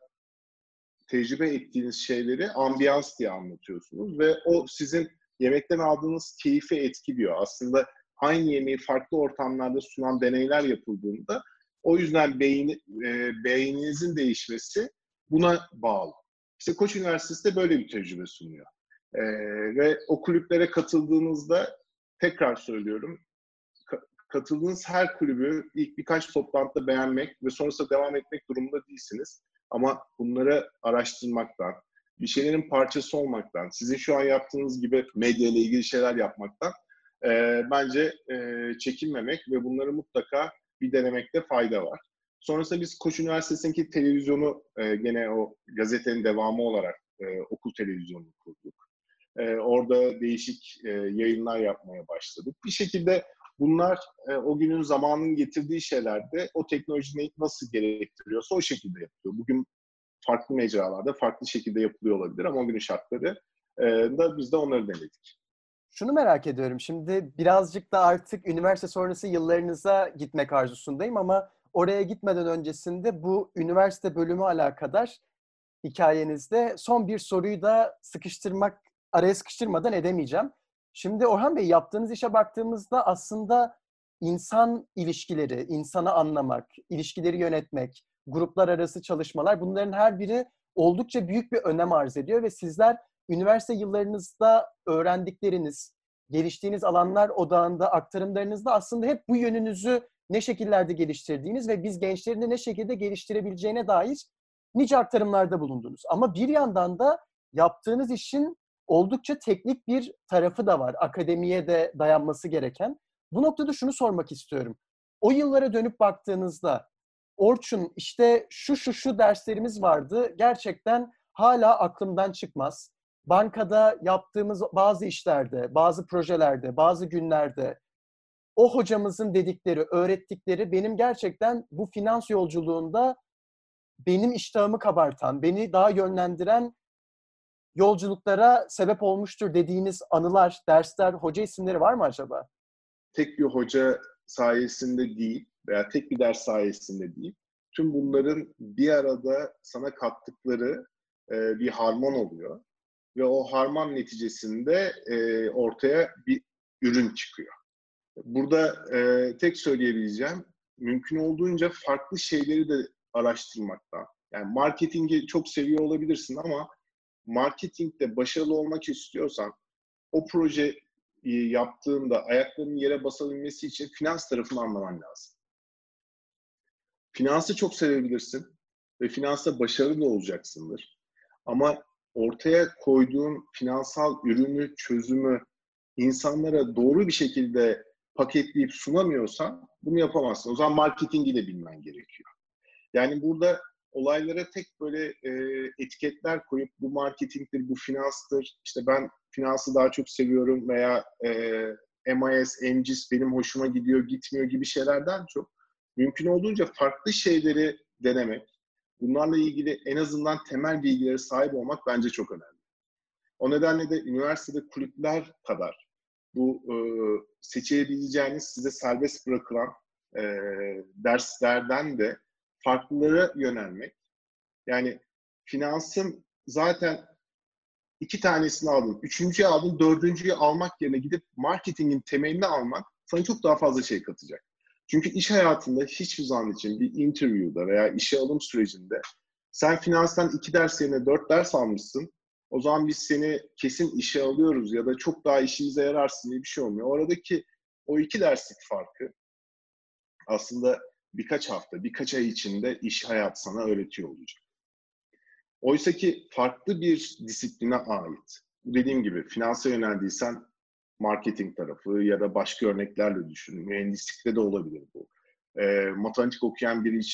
tecrübe ettiğiniz şeyleri ambiyans diye anlatıyorsunuz ve o sizin yemekten aldığınız keyfi etkiliyor. Aslında aynı yemeği farklı ortamlarda sunan deneyler yapıldığında o yüzden beyin, e, beyninizin değişmesi buna bağlı. İşte Koç Üniversitesi de böyle bir tecrübe sunuyor. E, ve o kulüplere katıldığınızda tekrar söylüyorum, ka- katıldığınız her kulübü ilk birkaç toplantıda beğenmek ve sonrasında devam etmek durumunda değilsiniz. Ama bunları araştırmaktan, bir şeylerin parçası olmaktan, sizin şu an yaptığınız gibi medya ile ilgili şeyler yapmaktan e, bence e, çekinmemek ve bunları mutlaka bir denemekte fayda var. Sonrasında biz Koç Üniversitesi'ndeki televizyonu e, gene o gazetenin devamı olarak e, okul televizyonunu kurduk. E, orada değişik e, yayınlar yapmaya başladık. Bir şekilde bunlar e, o günün zamanın getirdiği şeylerde o teknoloji nasıl gerektiriyorsa o şekilde yapılıyor. Bugün farklı mecralarda farklı şekilde yapılıyor olabilir ama o günün şartları e, da biz de onları denedik. Şunu merak ediyorum. Şimdi birazcık da artık üniversite sonrası yıllarınıza gitmek arzusundayım ama oraya gitmeden öncesinde bu üniversite bölümü alakadar hikayenizde son bir soruyu da sıkıştırmak, araya sıkıştırmadan edemeyeceğim. Şimdi Orhan Bey, yaptığınız işe baktığımızda aslında insan ilişkileri, insanı anlamak, ilişkileri yönetmek, gruplar arası çalışmalar, bunların her biri oldukça büyük bir önem arz ediyor ve sizler üniversite yıllarınızda öğrendikleriniz, geliştiğiniz alanlar odağında aktarımlarınızda aslında hep bu yönünüzü ne şekillerde geliştirdiğiniz ve biz gençlerin de ne şekilde geliştirebileceğine dair nice aktarımlarda bulundunuz. Ama bir yandan da yaptığınız işin oldukça teknik bir tarafı da var. Akademiye de dayanması gereken. Bu noktada şunu sormak istiyorum. O yıllara dönüp baktığınızda Orçun, işte şu şu şu derslerimiz vardı. Gerçekten hala aklımdan çıkmaz. Bankada yaptığımız bazı işlerde, bazı projelerde, bazı günlerde o hocamızın dedikleri, öğrettikleri benim gerçekten bu finans yolculuğunda benim iştahımı kabartan, beni daha yönlendiren yolculuklara sebep olmuştur dediğiniz anılar, dersler, hoca isimleri var mı acaba? Tek bir hoca sayesinde değil veya tek bir ders sayesinde değil, tüm bunların bir arada sana kattıkları e, bir harman oluyor. Ve o harman neticesinde e, ortaya bir ürün çıkıyor. Burada e, tek söyleyebileceğim, mümkün olduğunca farklı şeyleri de araştırmaktan. Yani marketingi çok seviyor olabilirsin ama marketingde başarılı olmak istiyorsan o projeyi yaptığında ayaklarının yere basabilmesi için finans tarafını anlaman lazım. Finansı çok sevebilirsin ve finansta başarılı da olacaksındır. Ama ortaya koyduğun finansal ürünü, çözümü insanlara doğru bir şekilde paketleyip sunamıyorsan bunu yapamazsın. O zaman marketingi de bilmen gerekiyor. Yani burada olaylara tek böyle e, etiketler koyup bu marketingtir, bu finanstır, işte ben finansı daha çok seviyorum veya e, M I S, M C I S benim hoşuma gidiyor, gitmiyor gibi şeylerden çok mümkün olduğunca farklı şeyleri denemek, bunlarla ilgili en azından temel bilgilere sahip olmak bence çok önemli. O nedenle de üniversitede kulüpler kadar bu e, seçebileceğiniz, size serbest bırakılan e, derslerden de farklılara yönelmek. Yani finansın zaten iki tanesini aldın, üçüncüyü aldın, dördüncüyü almak yerine gidip marketingin temelini almak sana çok daha fazla şey katacak. Çünkü iş hayatında hiçbir zaman için bir interview'da veya işe alım sürecinde sen finanstan iki ders yerine dört ders almışsın. O zaman biz seni kesin işe alıyoruz ya da çok daha işimize yararsın diye bir şey olmuyor. Oradaki o iki derslik farkı aslında birkaç hafta, birkaç ay içinde iş hayatı sana öğretiyor olacak. Oysa ki farklı bir disipline ait. Dediğim gibi finansa yöneldiysen marketing tarafı ya da başka örneklerle düşün. Mühendislikte de olabilir bu. E, matematik okuyan biri için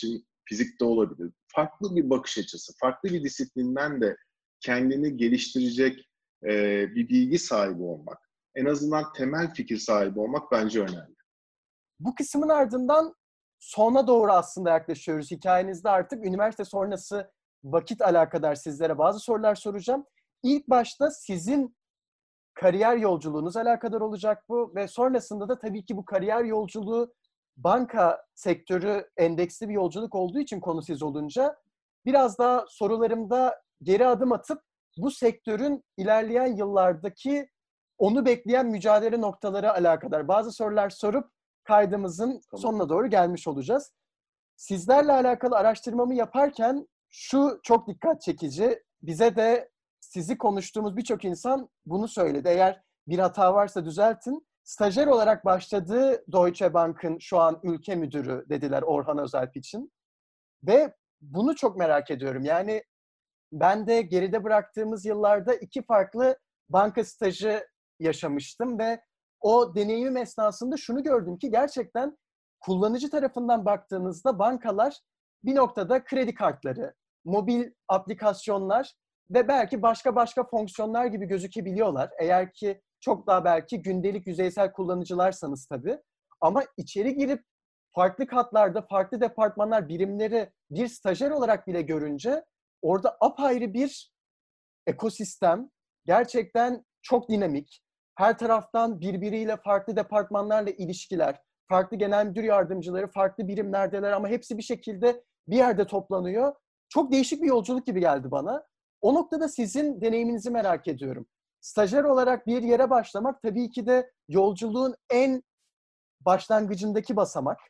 fizikte olabilir. Farklı bir bakış açısı, farklı bir disiplinden de kendini geliştirecek e, bir bilgi sahibi olmak, en azından temel fikir sahibi olmak bence önemli. Bu kısmın ardından sona doğru aslında yaklaşıyoruz. Hikayenizde artık üniversite sonrası vakit alakadar sizlere bazı sorular soracağım. İlk başta sizin kariyer yolculuğunuz alakadar olacak bu ve sonrasında da tabii ki bu kariyer yolculuğu banka sektörü endeksli bir yolculuk olduğu için konu siz olunca biraz daha sorularımda geri adım atıp bu sektörün ilerleyen yıllardaki onu bekleyen mücadele noktaları alakadar bazı sorular sorup kaydımızın Tamam. sonuna doğru gelmiş olacağız. Sizlerle alakalı araştırmamı yaparken şu çok dikkat çekici, bize de sizi konuştuğumuz birçok insan bunu söyledi. Eğer bir hata varsa düzeltin. Stajyer olarak başladığı Deutsche Bank'ın şu an ülke müdürü dediler Orhan Özelp için. Ve bunu çok merak ediyorum. Yani ben de geride bıraktığımız yıllarda iki farklı banka stajı yaşamıştım ve o deneyimim esnasında şunu gördüm ki gerçekten kullanıcı tarafından baktığınızda bankalar bir noktada kredi kartları, mobil aplikasyonlar ve belki başka başka fonksiyonlar gibi gözükebiliyorlar. Eğer ki çok daha belki gündelik yüzeysel kullanıcılarsanız tabii. Ama içeri girip farklı katlarda, farklı departmanlar, birimleri bir stajyer olarak bile görünce orada apayrı bir ekosistem, gerçekten çok dinamik. Her taraftan birbiriyle farklı departmanlarla ilişkiler, farklı genel müdür yardımcıları, farklı birimlerdeler ama hepsi bir şekilde bir yerde toplanıyor. Çok değişik bir yolculuk gibi geldi bana. O noktada sizin deneyiminizi merak ediyorum. Stajyer olarak bir yere başlamak tabii ki de yolculuğun en başlangıcındaki basamak.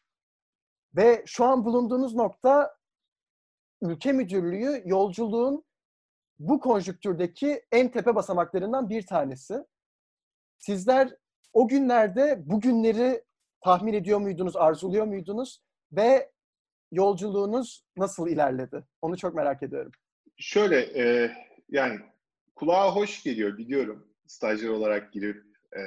Ve şu an bulunduğunuz nokta ülke müdürlüğü yolculuğun bu konjüktürdeki en tepe basamaklarından bir tanesi. Sizler o günlerde bu günleri tahmin ediyor muydunuz, arzuluyor muydunuz ve yolculuğunuz nasıl ilerledi? Onu çok merak ediyorum. Şöyle, e, yani kulağa hoş geliyor biliyorum. Stajyer olarak girip e,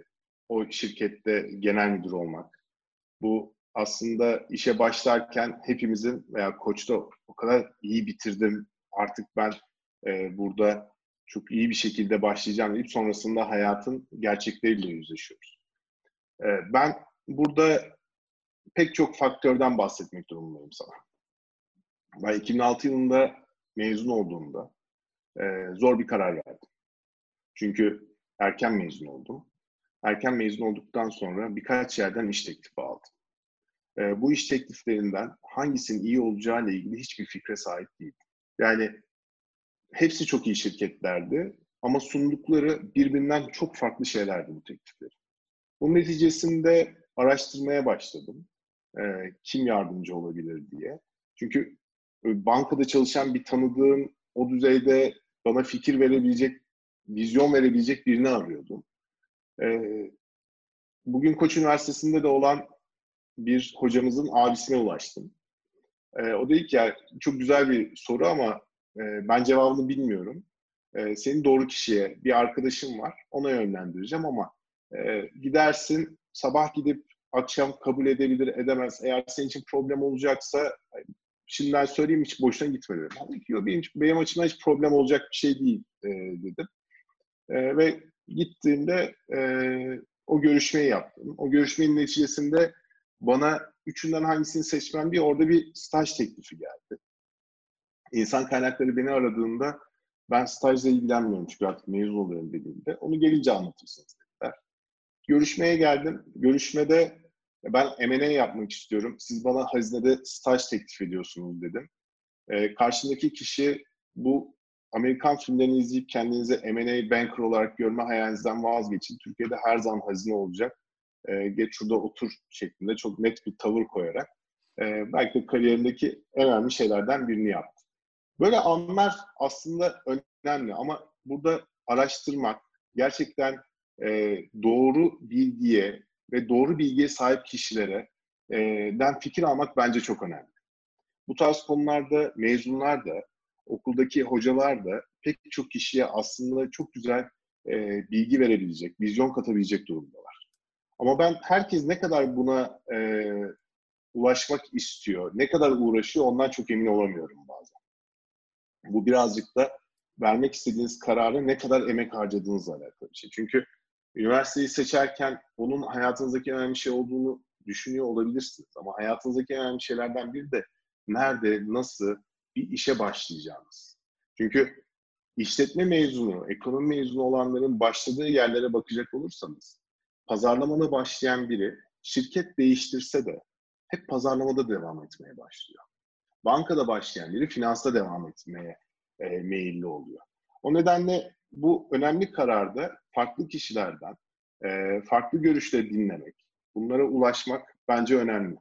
o şirkette genel müdür olmak. Bu aslında işe başlarken hepimizin veya Koç'ta o kadar iyi bitirdim, artık ben e, burada çok iyi bir şekilde başlayacağım deyip sonrasında hayatın gerçekleriyle yüzleşiyoruz. E, ben burada pek çok faktörden bahsetmek durumundayım sana. Ben iki bin altı yılında mezun olduğumda e, zor bir karar verdim. Çünkü erken mezun oldum. Erken mezun olduktan sonra birkaç yerden iş teklifi aldım. E, bu iş tekliflerinden hangisinin iyi olacağıyla ilgili hiçbir fikre sahip değildim. Yani hepsi çok iyi şirketlerdi ama sundukları birbirinden çok farklı şeylerdi bu teklifler. Bunun neticesinde araştırmaya başladım. E, kim yardımcı olabilir diye. Çünkü e, bankada çalışan bir tanıdığım o düzeyde bana fikir verebilecek, vizyon verebilecek birini arıyordum. E, bugün Koç Üniversitesi'nde de olan bir hocamızın abisine ulaştım. E, o dedi ki ya çok güzel bir soru ama e, ben cevabını bilmiyorum. E, senin doğru kişiye bir arkadaşım var, ona yönlendireceğim ama e, gidersin sabah gidip akşam kabul edebilir edemez. Eğer senin için problem olacaksa şimdiden söyleyeyim hiç boşuna gitme dedim. Dedi ki yok benim, benim açımdan hiç problem olacak bir şey değil e, dedim. E, ve gittiğimde e, o görüşmeyi yaptım. O görüşmenin neticesinde bana üçünden hangisini seçmem diye orada bir staj teklifi geldi. İnsan kaynakları beni aradığında ben stajla ilgilenmiyorum çünkü artık mezun oluyorum dediğimde onu gelince anlatırsınız dediler. Görüşmeye geldim. Görüşmede ben M and A yapmak istiyorum. Siz bana hazinede staj teklif ediyorsunuz dedim. Ee, karşımdaki kişi bu Amerikan filmlerini izleyip kendinize M and A banker olarak görme hayalinizden vazgeçin. Türkiye'de her zaman hazine olacak. Ee, geç şurada otur şeklinde çok net bir tavır koyarak e, belki de kariyerindeki en önemli şeylerden birini yaptı. Böyle anlar aslında önemli ama burada araştırmak, gerçekten e, doğru bilgiye ve doğru bilgiye sahip kişilere e, den fikir almak bence çok önemli. Bu tarz konularda mezunlar da, okuldaki hocalar da pek çok kişiye aslında çok güzel e, bilgi verebilecek, vizyon katabilecek durumdalar. Ama ben herkes ne kadar buna e, ulaşmak istiyor, ne kadar uğraşıyor ondan çok emin olamıyorum bazen. Bu birazcık da vermek istediğiniz kararı ne kadar emek harcadığınızla alakalı bir şey. Çünkü üniversiteyi seçerken onun hayatınızdaki en önemli şey olduğunu düşünüyor olabilirsiniz. Ama hayatınızdaki en önemli şeylerden biri de nerede, nasıl bir işe başlayacağınız. Çünkü işletme mezunu, ekonomi mezunu olanların başladığı yerlere bakacak olursanız, pazarlamada başlayan biri şirket değiştirse de hep pazarlamada devam etmeye başlıyor. Bankada başlayan biri finansta devam etmeye e, meyilli oluyor. O nedenle bu önemli kararda farklı kişilerden e, farklı görüşleri dinlemek, bunlara ulaşmak bence önemli.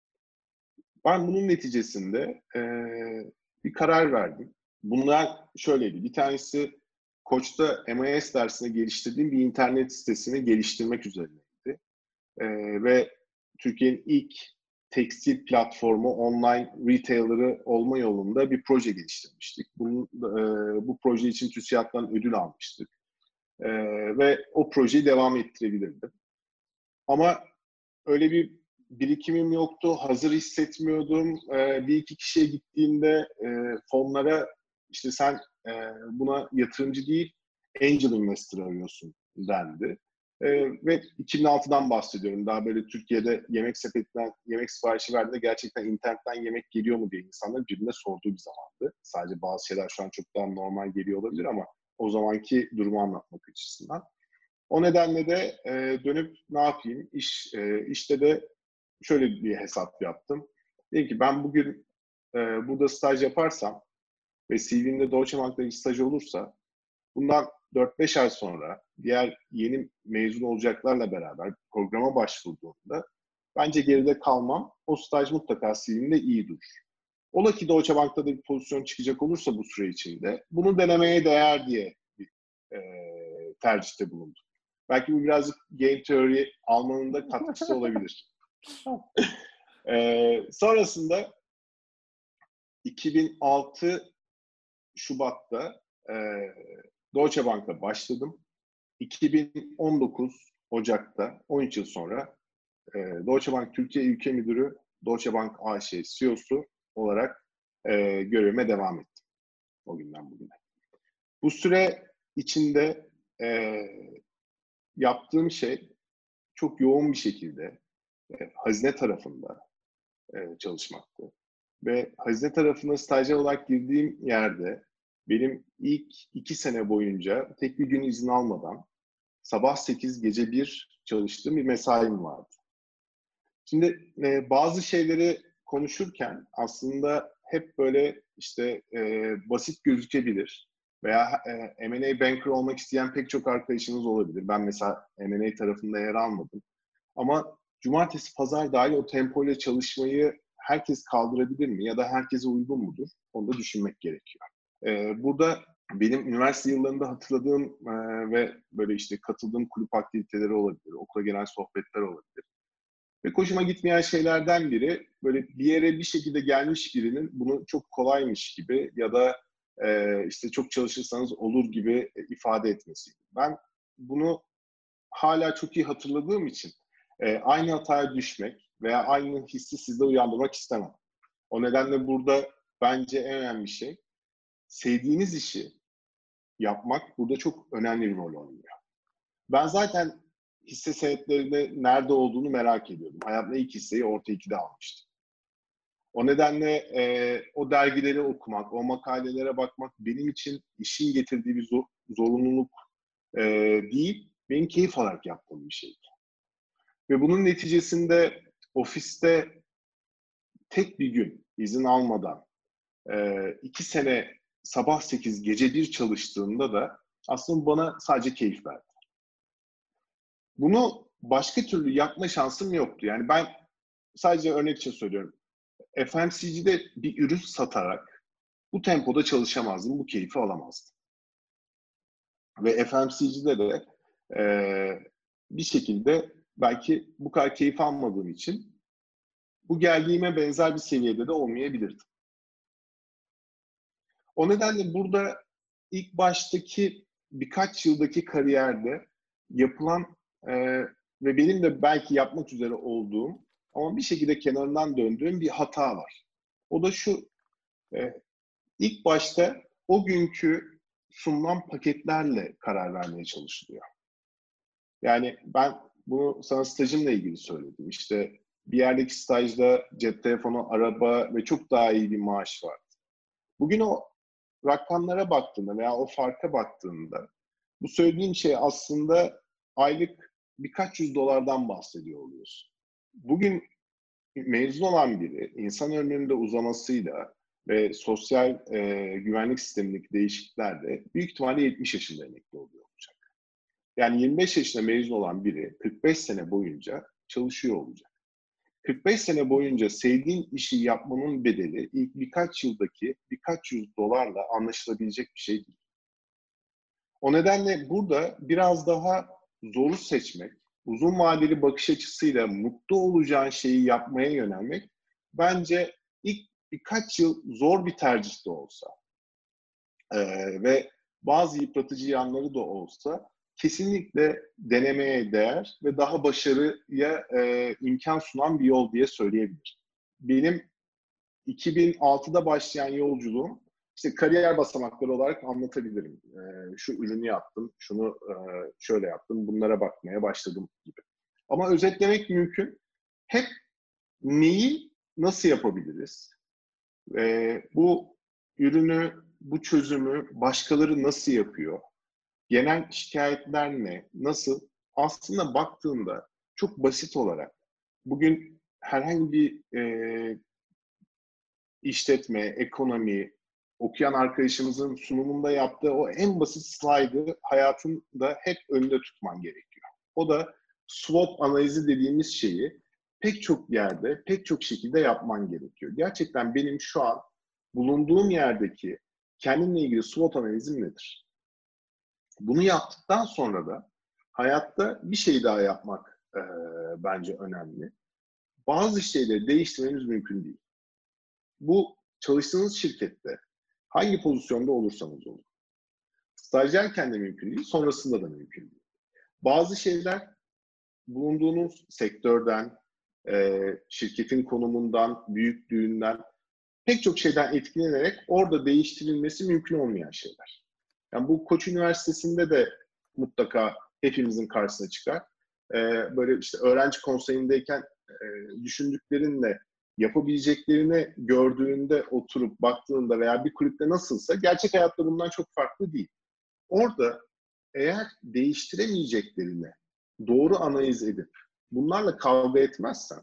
Ben bunun neticesinde e, bir karar verdim. Bunlar şöyleydi. Bir tanesi Koç'ta M I S dersine geliştirdiğim bir internet sitesini geliştirmek üzerineydi. E, ve Türkiye'nin ilk tekstil platformu, online retailer'ı olma yolunda bir proje geliştirmiştik. Bunun, e, bu proje için TÜSİAD'dan ödül almıştık. E, ve o projeyi devam ettirebilirdim. Ama öyle bir birikimim yoktu, hazır hissetmiyordum. E, bir iki kişiye gittiğimde e, fonlara işte sen e, buna yatırımcı değil, angel investor arıyorsun dendi. Ee, ve iki bin altıdan bahsediyorum. Daha böyle Türkiye'de yemek sepetinden yemek siparişi verdiğinde gerçekten internetten yemek geliyor mu diye insanlar birbirine sorduğu bir zamandı. Sadece bazı şeyler şu an çok daha normal geliyor olabilir ama o zamanki durumu anlatmak açısından. O nedenle de e, dönüp ne yapayım? İş, e, işte de şöyle bir hesap yaptım. Dedim ki ben bugün e, burada staj yaparsam ve C V'mde Deutsche Bank'ta bir staj olursa bundan dört beş ay sonra diğer yeni mezun olacaklarla beraber programa başvurduğumda bence geride kalmam. O staj mutlaka C V'mde iyi durur. Ola ki Deutsche Bank'ta da bir pozisyon çıkacak olursa bu süre içinde bunu denemeye değer diye bir e, tercihte bulundum. Belki bu birazcık game theory almanın da katkısı olabilir. e, sonrasında iki bin altı Şubat'ta e, Deutsche Bank'a başladım. iki bin on dokuz Ocak'ta, on üç yıl sonra e, Deutsche Bank Türkiye Ülke Müdürü, Deutsche Bank A Ş C E O'su olarak e, görevime devam ettim. O günden bugüne. Bu süre içinde e, yaptığım şey çok yoğun bir şekilde e, hazine tarafında e, çalışmaktı. Ve hazine tarafına stajyer olarak girdiğim yerde benim ilk iki sene boyunca tek bir gün izin almadan sabah sekiz, gece bir çalıştığım bir mesaim vardı. Şimdi e, bazı şeyleri konuşurken aslında hep böyle işte e, basit gözükebilir veya e, M and A banker olmak isteyen pek çok arkadaşınız olabilir. Ben mesela M and A tarafında yer almadım. Ama cumartesi, pazar dahil o tempoyla çalışmayı herkes kaldırabilir mi? Ya da herkese uygun mudur? Onu da düşünmek gerekiyor. E, burada benim üniversite yıllarında hatırladığım e, ve böyle işte katıldığım kulüp aktiviteleri olabilir, okula gelen sohbetler olabilir. Ve hoşuma gitmeyen şeylerden biri, böyle bir yere bir şekilde gelmiş birinin bunu çok kolaymış gibi ya da e, işte çok çalışırsanız olur gibi ifade etmesi. Ben bunu hala çok iyi hatırladığım için e, aynı hataya düşmek veya aynı hissi sizde uyandırmak istemem. O nedenle burada bence en önemli şey, sevdiğiniz işi yapmak burada çok önemli bir rol oynuyor. Ben zaten hisse senetlerinde nerede olduğunu merak ediyordum. Hayatımda ilk hisseyi Orta iki'de almıştım. O nedenle e, o dergileri okumak, o makalelere bakmak benim için işin getirdiği bir zor, zorunluluk e, değil, benim keyif alarak yaptığım bir şeydi. Ve bunun neticesinde ofiste tek bir gün izin almadan e, iki sene sabah sekiz, gece bir çalıştığımda da aslında bana sadece keyif verdi. Bunu başka türlü yapma şansım yoktu. Yani ben sadece örnek için söylüyorum. F M C G'de bir ürün satarak bu tempoda çalışamazdım, bu keyfi alamazdım. Ve F M C G'de de e, bir şekilde belki bu kadar keyif almadığım için bu geldiğime benzer bir seviyede de olmayabilirdim. O nedenle burada ilk baştaki birkaç yıldaki kariyerde yapılan e, ve benim de belki yapmak üzere olduğum Ama bir şekilde kenarından döndüğüm bir hata var. O da şu, e, ilk başta o günkü sunulan paketlerle karar vermeye çalışılıyor. Yani ben bunu sana stajımla ilgili söyledim. İşte bir yerdeki stajda cep telefonu, araba ve çok daha iyi bir maaş var. Bugün o rakamlara baktığında veya o farka baktığında bu söylediğim şey aslında aylık birkaç yüz dolardan bahsediyor oluyorsun. Bugün mezun olan biri insan ömründe uzamasıyla ve sosyal e, güvenlik sistemindeki değişikliklerle büyük ihtimalle yetmiş yaşında emekli oluyor olacak. Yani yirmi beş yaşında mezun olan biri kırk beş sene boyunca çalışıyor olacak. kırk beş sene boyunca sevdiğin işi yapmanın bedeli ilk birkaç yıldaki birkaç yüz dolarla anlaşılabilecek bir şey değil. O nedenle burada biraz daha zoru seçmek, uzun vadeli bakış açısıyla mutlu olacağın şeyi yapmaya yönelmek bence ilk birkaç yıl zor bir tercih de olsa e, ve bazı yıpratıcı yanları da olsa kesinlikle denemeye değer ve daha başarıya e, imkan sunan bir yol diye söyleyebilirim. Benim iki bin altıda başlayan yolculuğum işte kariyer basamakları olarak anlatabilirim. E, şu ürünü yaptım, şunu e, şöyle yaptım, bunlara bakmaya başladım gibi. Ama özetlemek mümkün. Hep neyi nasıl yapabiliriz? E, bu ürünü, bu çözümü başkaları nasıl yapıyor? Genel şikayetler ne? Nasıl? Aslında baktığında çok basit olarak bugün herhangi bir e, işletme, ekonomi okuyan arkadaşımızın sunumunda yaptığı o en basit slaydı hayatında hep önünde tutman gerekiyor. O da SWOT analizi dediğimiz şeyi pek çok yerde, pek çok şekilde yapman gerekiyor. Gerçekten benim şu an bulunduğum yerdeki kendimle ilgili SWOT analizim nedir? Bunu yaptıktan sonra da hayatta bir şey daha yapmak e, bence önemli. Bazı şeyleri değiştirmemiz mümkün değil. Bu çalıştığınız şirkette hangi pozisyonda olursanız olun. Stajyerken de mümkün değil, sonrasında da mümkün değil. Bazı şeyler bulunduğunuz sektörden, e, şirketin konumundan, büyüklüğünden, pek çok şeyden etkilenerek orada değiştirilmesi mümkün olmayan şeyler. Yani bu Koç Üniversitesi'nde de mutlaka hepimizin karşısına çıkar. Ee, böyle işte öğrenci konseyindeyken e, düşündüklerinle yapabileceklerini gördüğünde oturup baktığında veya bir kulüpte nasılsa gerçek hayatta bundan çok farklı değil. Orada eğer değiştiremeyeceklerini doğru analiz edip bunlarla kavga etmezsen,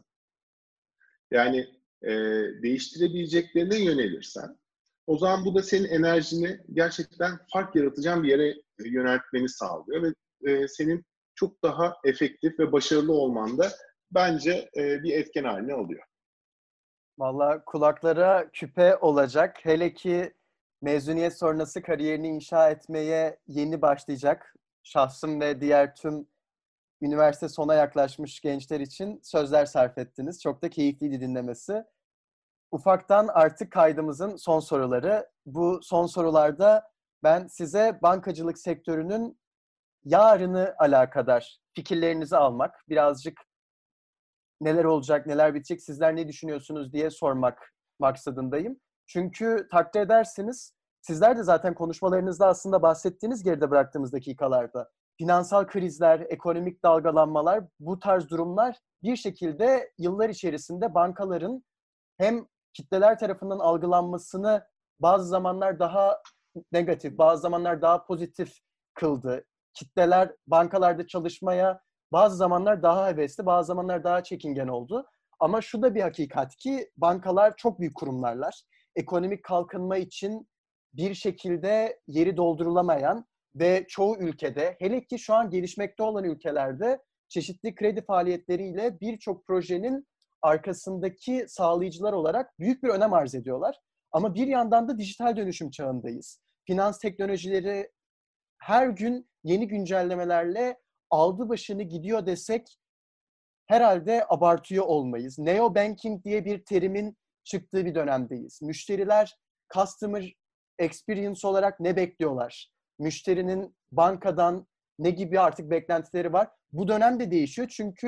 yani e, değiştirebileceklerine yönelirsen, o zaman bu da senin enerjini gerçekten fark yaratacağın bir yere yöneltmeni sağlıyor ve e, senin çok daha efektif ve başarılı olmanda bence e, bir etken haline alıyor. Vallahi kulaklara küpe olacak. Hele ki mezuniyet sonrası kariyerini inşa etmeye yeni başlayacak şahsım ve diğer tüm üniversite sona yaklaşmış gençler için sözler sarf ettiniz. Çok da keyifliydi dinlemesi. Ufaktan artık kaydımızın son soruları. Bu son sorularda ben size bankacılık sektörünün yarını alakadar fikirlerinizi almak, birazcık neler olacak, neler bitecek, sizler ne düşünüyorsunuz diye sormak maksadındayım. Çünkü takdir edersiniz, sizler de zaten konuşmalarınızda aslında bahsettiğiniz geride bıraktığımız dakikalarda finansal krizler, ekonomik dalgalanmalar, bu tarz durumlar bir şekilde yıllar içerisinde bankaların hem kitleler tarafından algılanmasını bazı zamanlar daha negatif, bazı zamanlar daha pozitif kıldı. Kitleler bankalarda çalışmaya bazı zamanlar daha hevesli, bazı zamanlar daha çekingen oldu. Ama şu da bir hakikat ki bankalar çok büyük kurumlarlar. Ekonomik kalkınma için bir şekilde yeri doldurulamayan ve çoğu ülkede, hele ki şu an gelişmekte olan ülkelerde çeşitli kredi faaliyetleriyle birçok projenin arkasındaki sağlayıcılar olarak büyük bir önem arz ediyorlar. Ama bir yandan da dijital dönüşüm çağındayız. Finans teknolojileri her gün yeni güncellemelerle aldı başını gidiyor desek herhalde abartıyor olmayız. Neo banking diye bir terimin çıktığı bir dönemdeyiz. Müşteriler customer experience olarak ne bekliyorlar? Müşterinin bankadan ne gibi artık beklentileri var? Bu dönemde değişiyor çünkü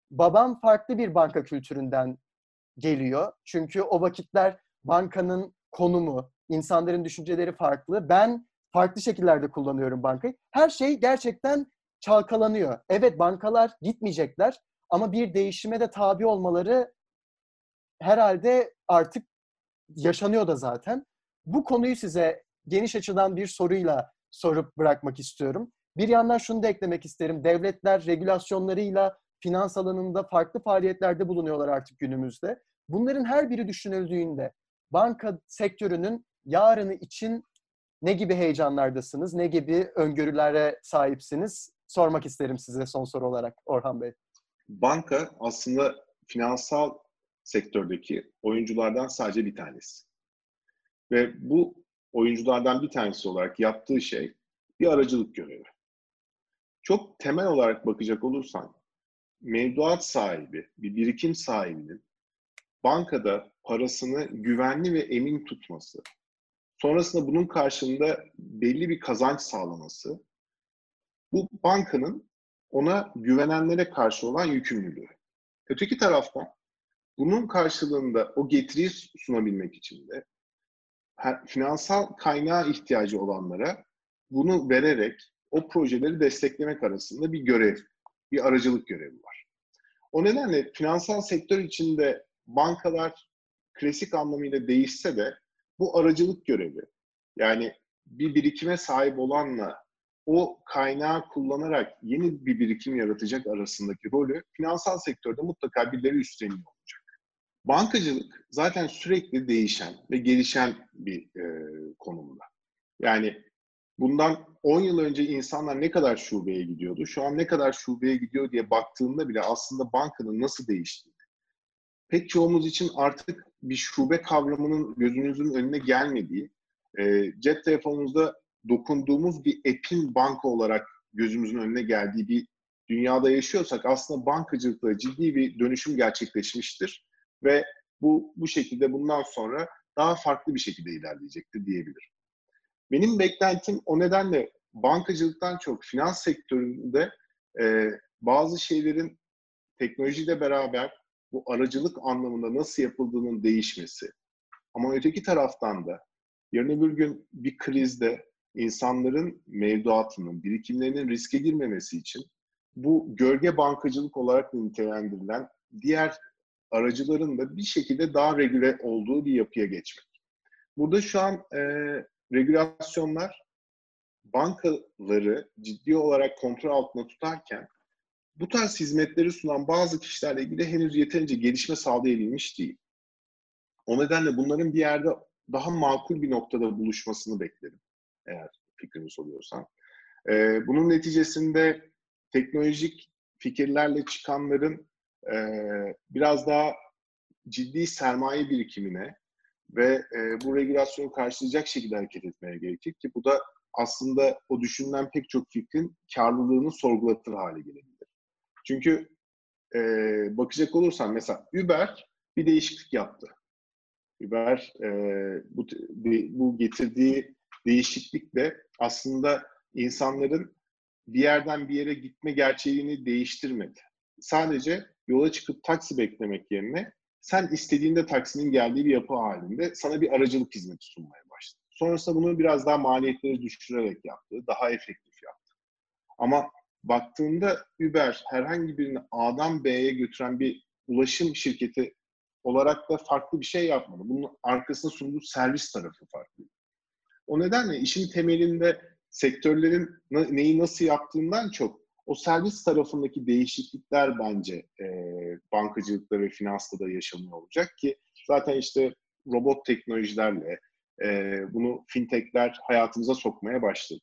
babam farklı bir banka kültüründen geliyor. Çünkü o vakitler bankanın konumu, insanların düşünceleri farklı. Ben farklı şekillerde kullanıyorum bankayı. Her şey gerçekten çalkalanıyor. Evet, bankalar gitmeyecekler ama bir değişime de tabi olmaları herhalde artık yaşanıyor da zaten. Bu konuyu size geniş açıdan bir soruyla sorup bırakmak istiyorum. Bir yandan şunu da eklemek isterim. Devletler regülasyonlarıyla finans alanında farklı faaliyetlerde bulunuyorlar artık günümüzde. Bunların her biri düşünüldüğünde banka sektörünün yarını için ne gibi heyecanlardasınız, ne gibi öngörülere sahipsiniz? Sormak isterim size son soru olarak Orhan Bey. Banka aslında finansal sektördeki oyunculardan sadece bir tanesi. Ve bu oyunculardan bir tanesi olarak yaptığı şey bir aracılık görevi. Çok temel olarak bakacak olursan, mevduat sahibi, bir birikim sahibinin bankada parasını güvenli ve emin tutması, sonrasında bunun karşılığında belli bir kazanç sağlaması, bu bankanın ona güvenenlere karşı olan yükümlülüğü. Öteki taraftan bunun karşılığında o getiriyi sunabilmek için de finansal kaynağa ihtiyacı olanlara bunu vererek o projeleri desteklemek arasında bir görev, bir aracılık görevi var. O nedenle finansal sektör içinde bankalar klasik anlamıyla değişse de bu aracılık görevi, yani bir birikime sahip olanla o kaynağı kullanarak yeni bir birikim yaratacak arasındaki rolü finansal sektörde mutlaka birileri üstleniyor olacak. Bankacılık zaten sürekli değişen ve gelişen bir e, konumda. Yani bundan on yıl önce insanlar ne kadar şubeye gidiyordu, şu an ne kadar şubeye gidiyor diye baktığında bile aslında bankanın nasıl değiştiğini, pek çoğumuz için artık bir şube kavramının gözümüzün önüne gelmediği, e, cep telefonumuzda dokunduğumuz bir app'in banka olarak gözümüzün önüne geldiği bir dünyada yaşıyorsak aslında bankacılıkta ciddi bir dönüşüm gerçekleşmiştir ve bu bu şekilde bundan sonra daha farklı bir şekilde ilerleyecektir diyebilirim. Benim beklentim o nedenle bankacılıktan çok finans sektöründe e, bazı şeylerin teknolojiyle beraber bu aracılık anlamında nasıl yapıldığının değişmesi. Ama öteki taraftan da yarın öbür gün bir krizde insanların mevduatının, birikimlerinin riske girmemesi için bu gölge bankacılık olarak nitelendirilen diğer aracıların da bir şekilde daha regüle olduğu bir yapıya geçmek. Burada şu an e, regülasyonlar bankaları ciddi olarak kontrol altında tutarken bu tarz hizmetleri sunan bazı kişilerle ilgili henüz yeterince gelişme sağlayabilmiş değil. O nedenle bunların bir yerde daha makul bir noktada buluşmasını beklerim, eğer fikrimi soruyorsan. Ee, bunun neticesinde teknolojik fikirlerle çıkanların e, biraz daha ciddi sermaye birikimine ve e, bu regülasyonu karşılayacak şekilde hareket etmeye gerekir ki bu da aslında o düşünülen pek çok fikrin karlılığını sorgulatır hale gelebilir. Çünkü e, bakacak olursan mesela Uber bir değişiklik yaptı. Uber e, bu, bu getirdiği değişiklikle aslında insanların bir yerden bir yere gitme gerçeğini değiştirmedi. Sadece yola çıkıp taksi beklemek yerine sen istediğinde taksinin geldiği bir yapı halinde sana bir aracılık hizmeti sunmaya başladı. Sonrasında bunu biraz daha maliyetleri düşürerek yaptı, daha efektif yaptı. Ama baktığında Uber herhangi birini A'dan B'ye götüren bir ulaşım şirketi olarak da farklı bir şey yapmadı. Bunun arkasında sunduğu servis tarafı farklı. O nedenle işin temelinde sektörlerin neyi nasıl yaptığından çok o servis tarafındaki değişiklikler bence e, bankacılıkta ve finansta da yaşanıyor olacak ki zaten işte robot teknolojilerle e, bunu fintechler hayatımıza sokmaya başladı.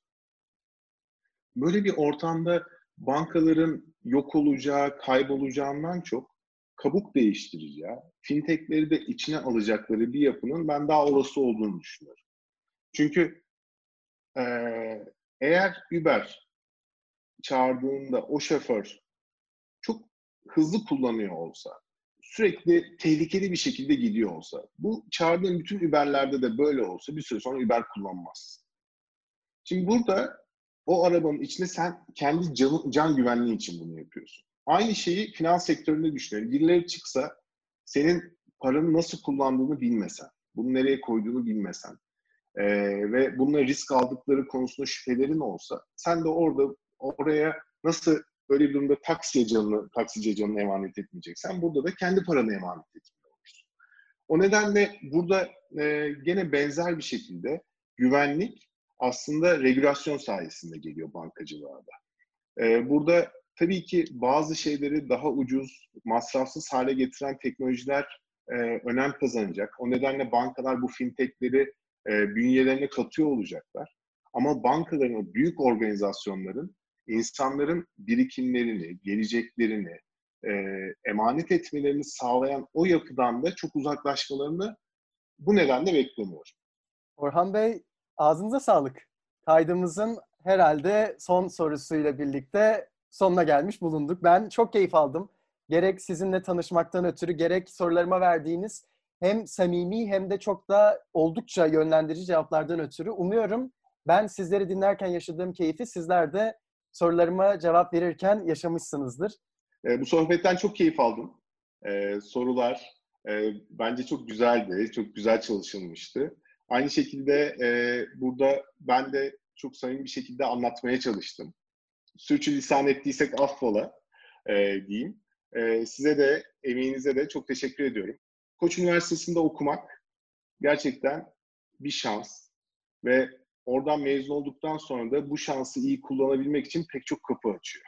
Böyle bir ortamda bankaların yok olacağı, kaybolacağından çok kabuk değiştireceği, fintechleri de içine alacakları bir yapının ben daha olası olduğunu düşünüyorum. Çünkü e, eğer Uber çağırdığında o şoför çok hızlı kullanıyor olsa, sürekli tehlikeli bir şekilde gidiyor olsa, bu çağırdığın bütün Uber'lerde de böyle olsa bir süre sonra Uber kullanmaz. Şimdi burada o arabanın içinde sen kendi can, can güvenliği için bunu yapıyorsun. Aynı şeyi finans sektöründe düşünüyorum. Birileri çıksa senin paranı nasıl kullandığını bilmesen, bunu nereye koyduğunu bilmesen e, ve bununla risk aldıkları konusunda şüphelerin olsa sen de orada oraya nasıl öyle bir durumda taksiye canını, taksiciye canını emanet etmeyeceksen burada da kendi paranı emanet etmiyor olursun. O nedenle burada e, gene benzer bir şekilde güvenlik aslında regülasyon sayesinde geliyor bankacılığa da. E, burada tabii ki bazı şeyleri daha ucuz, masrafsız hale getiren teknolojiler e, önem kazanacak. O nedenle bankalar bu fintechleri e, bünyelerine katıyor olacaklar. Ama bankaların, büyük organizasyonların insanların birikimlerini, geleceklerini, e, emanet etmelerini sağlayan o yapıdan da çok uzaklaşmalarını bu nedenle beklemiyorum. Orhan Bey, ağzınıza sağlık. Kaydımızın herhalde son sorusuyla birlikte sonuna gelmiş bulunduk. Ben çok keyif aldım. Gerek sizinle tanışmaktan ötürü, gerek sorularıma verdiğiniz hem samimi hem de çok da oldukça yönlendirici cevaplardan ötürü. Umuyorum ben sizleri dinlerken yaşadığım keyfi sizler de sorularıma cevap verirken yaşamışsınızdır. E, bu sohbetten çok keyif aldım. E, sorular e, bence çok güzeldi, çok güzel çalışılmıştı. Aynı şekilde e, burada ben de çok samimi bir şekilde anlatmaya çalıştım. Sürçülisan ettiysek affola e, diyeyim. E, size de, emeğinize de çok teşekkür ediyorum. Koç Üniversitesi'nde okumak gerçekten bir şans ve oradan mezun olduktan sonra da bu şansı iyi kullanabilmek için pek çok kapı açıyor.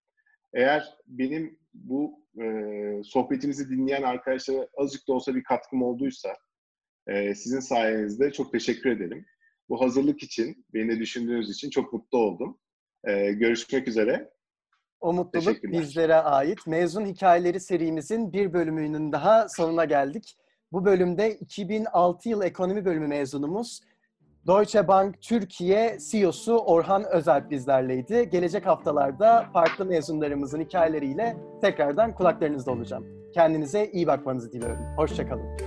Eğer benim bu e, sohbetimizi dinleyen arkadaşlara azıcık da olsa bir katkım olduysa e, sizin sayenizde çok teşekkür ederim. Bu hazırlık için, beni de düşündüğünüz için çok mutlu oldum. E, görüşmek üzere. O mutluluk bizlere ait. Mezun Hikayeleri serimizin bir bölümünün daha sonuna geldik. Bu bölümde iki bin altı yıl ekonomi bölümü mezunumuz Deutsche Bank Türkiye C E O'su Orhan Özalp bizlerleydi. Gelecek haftalarda farklı mezunlarımızın hikayeleriyle tekrardan kulaklarınızda olacağım. Kendinize iyi bakmanızı diliyorum. Hoşça kalın.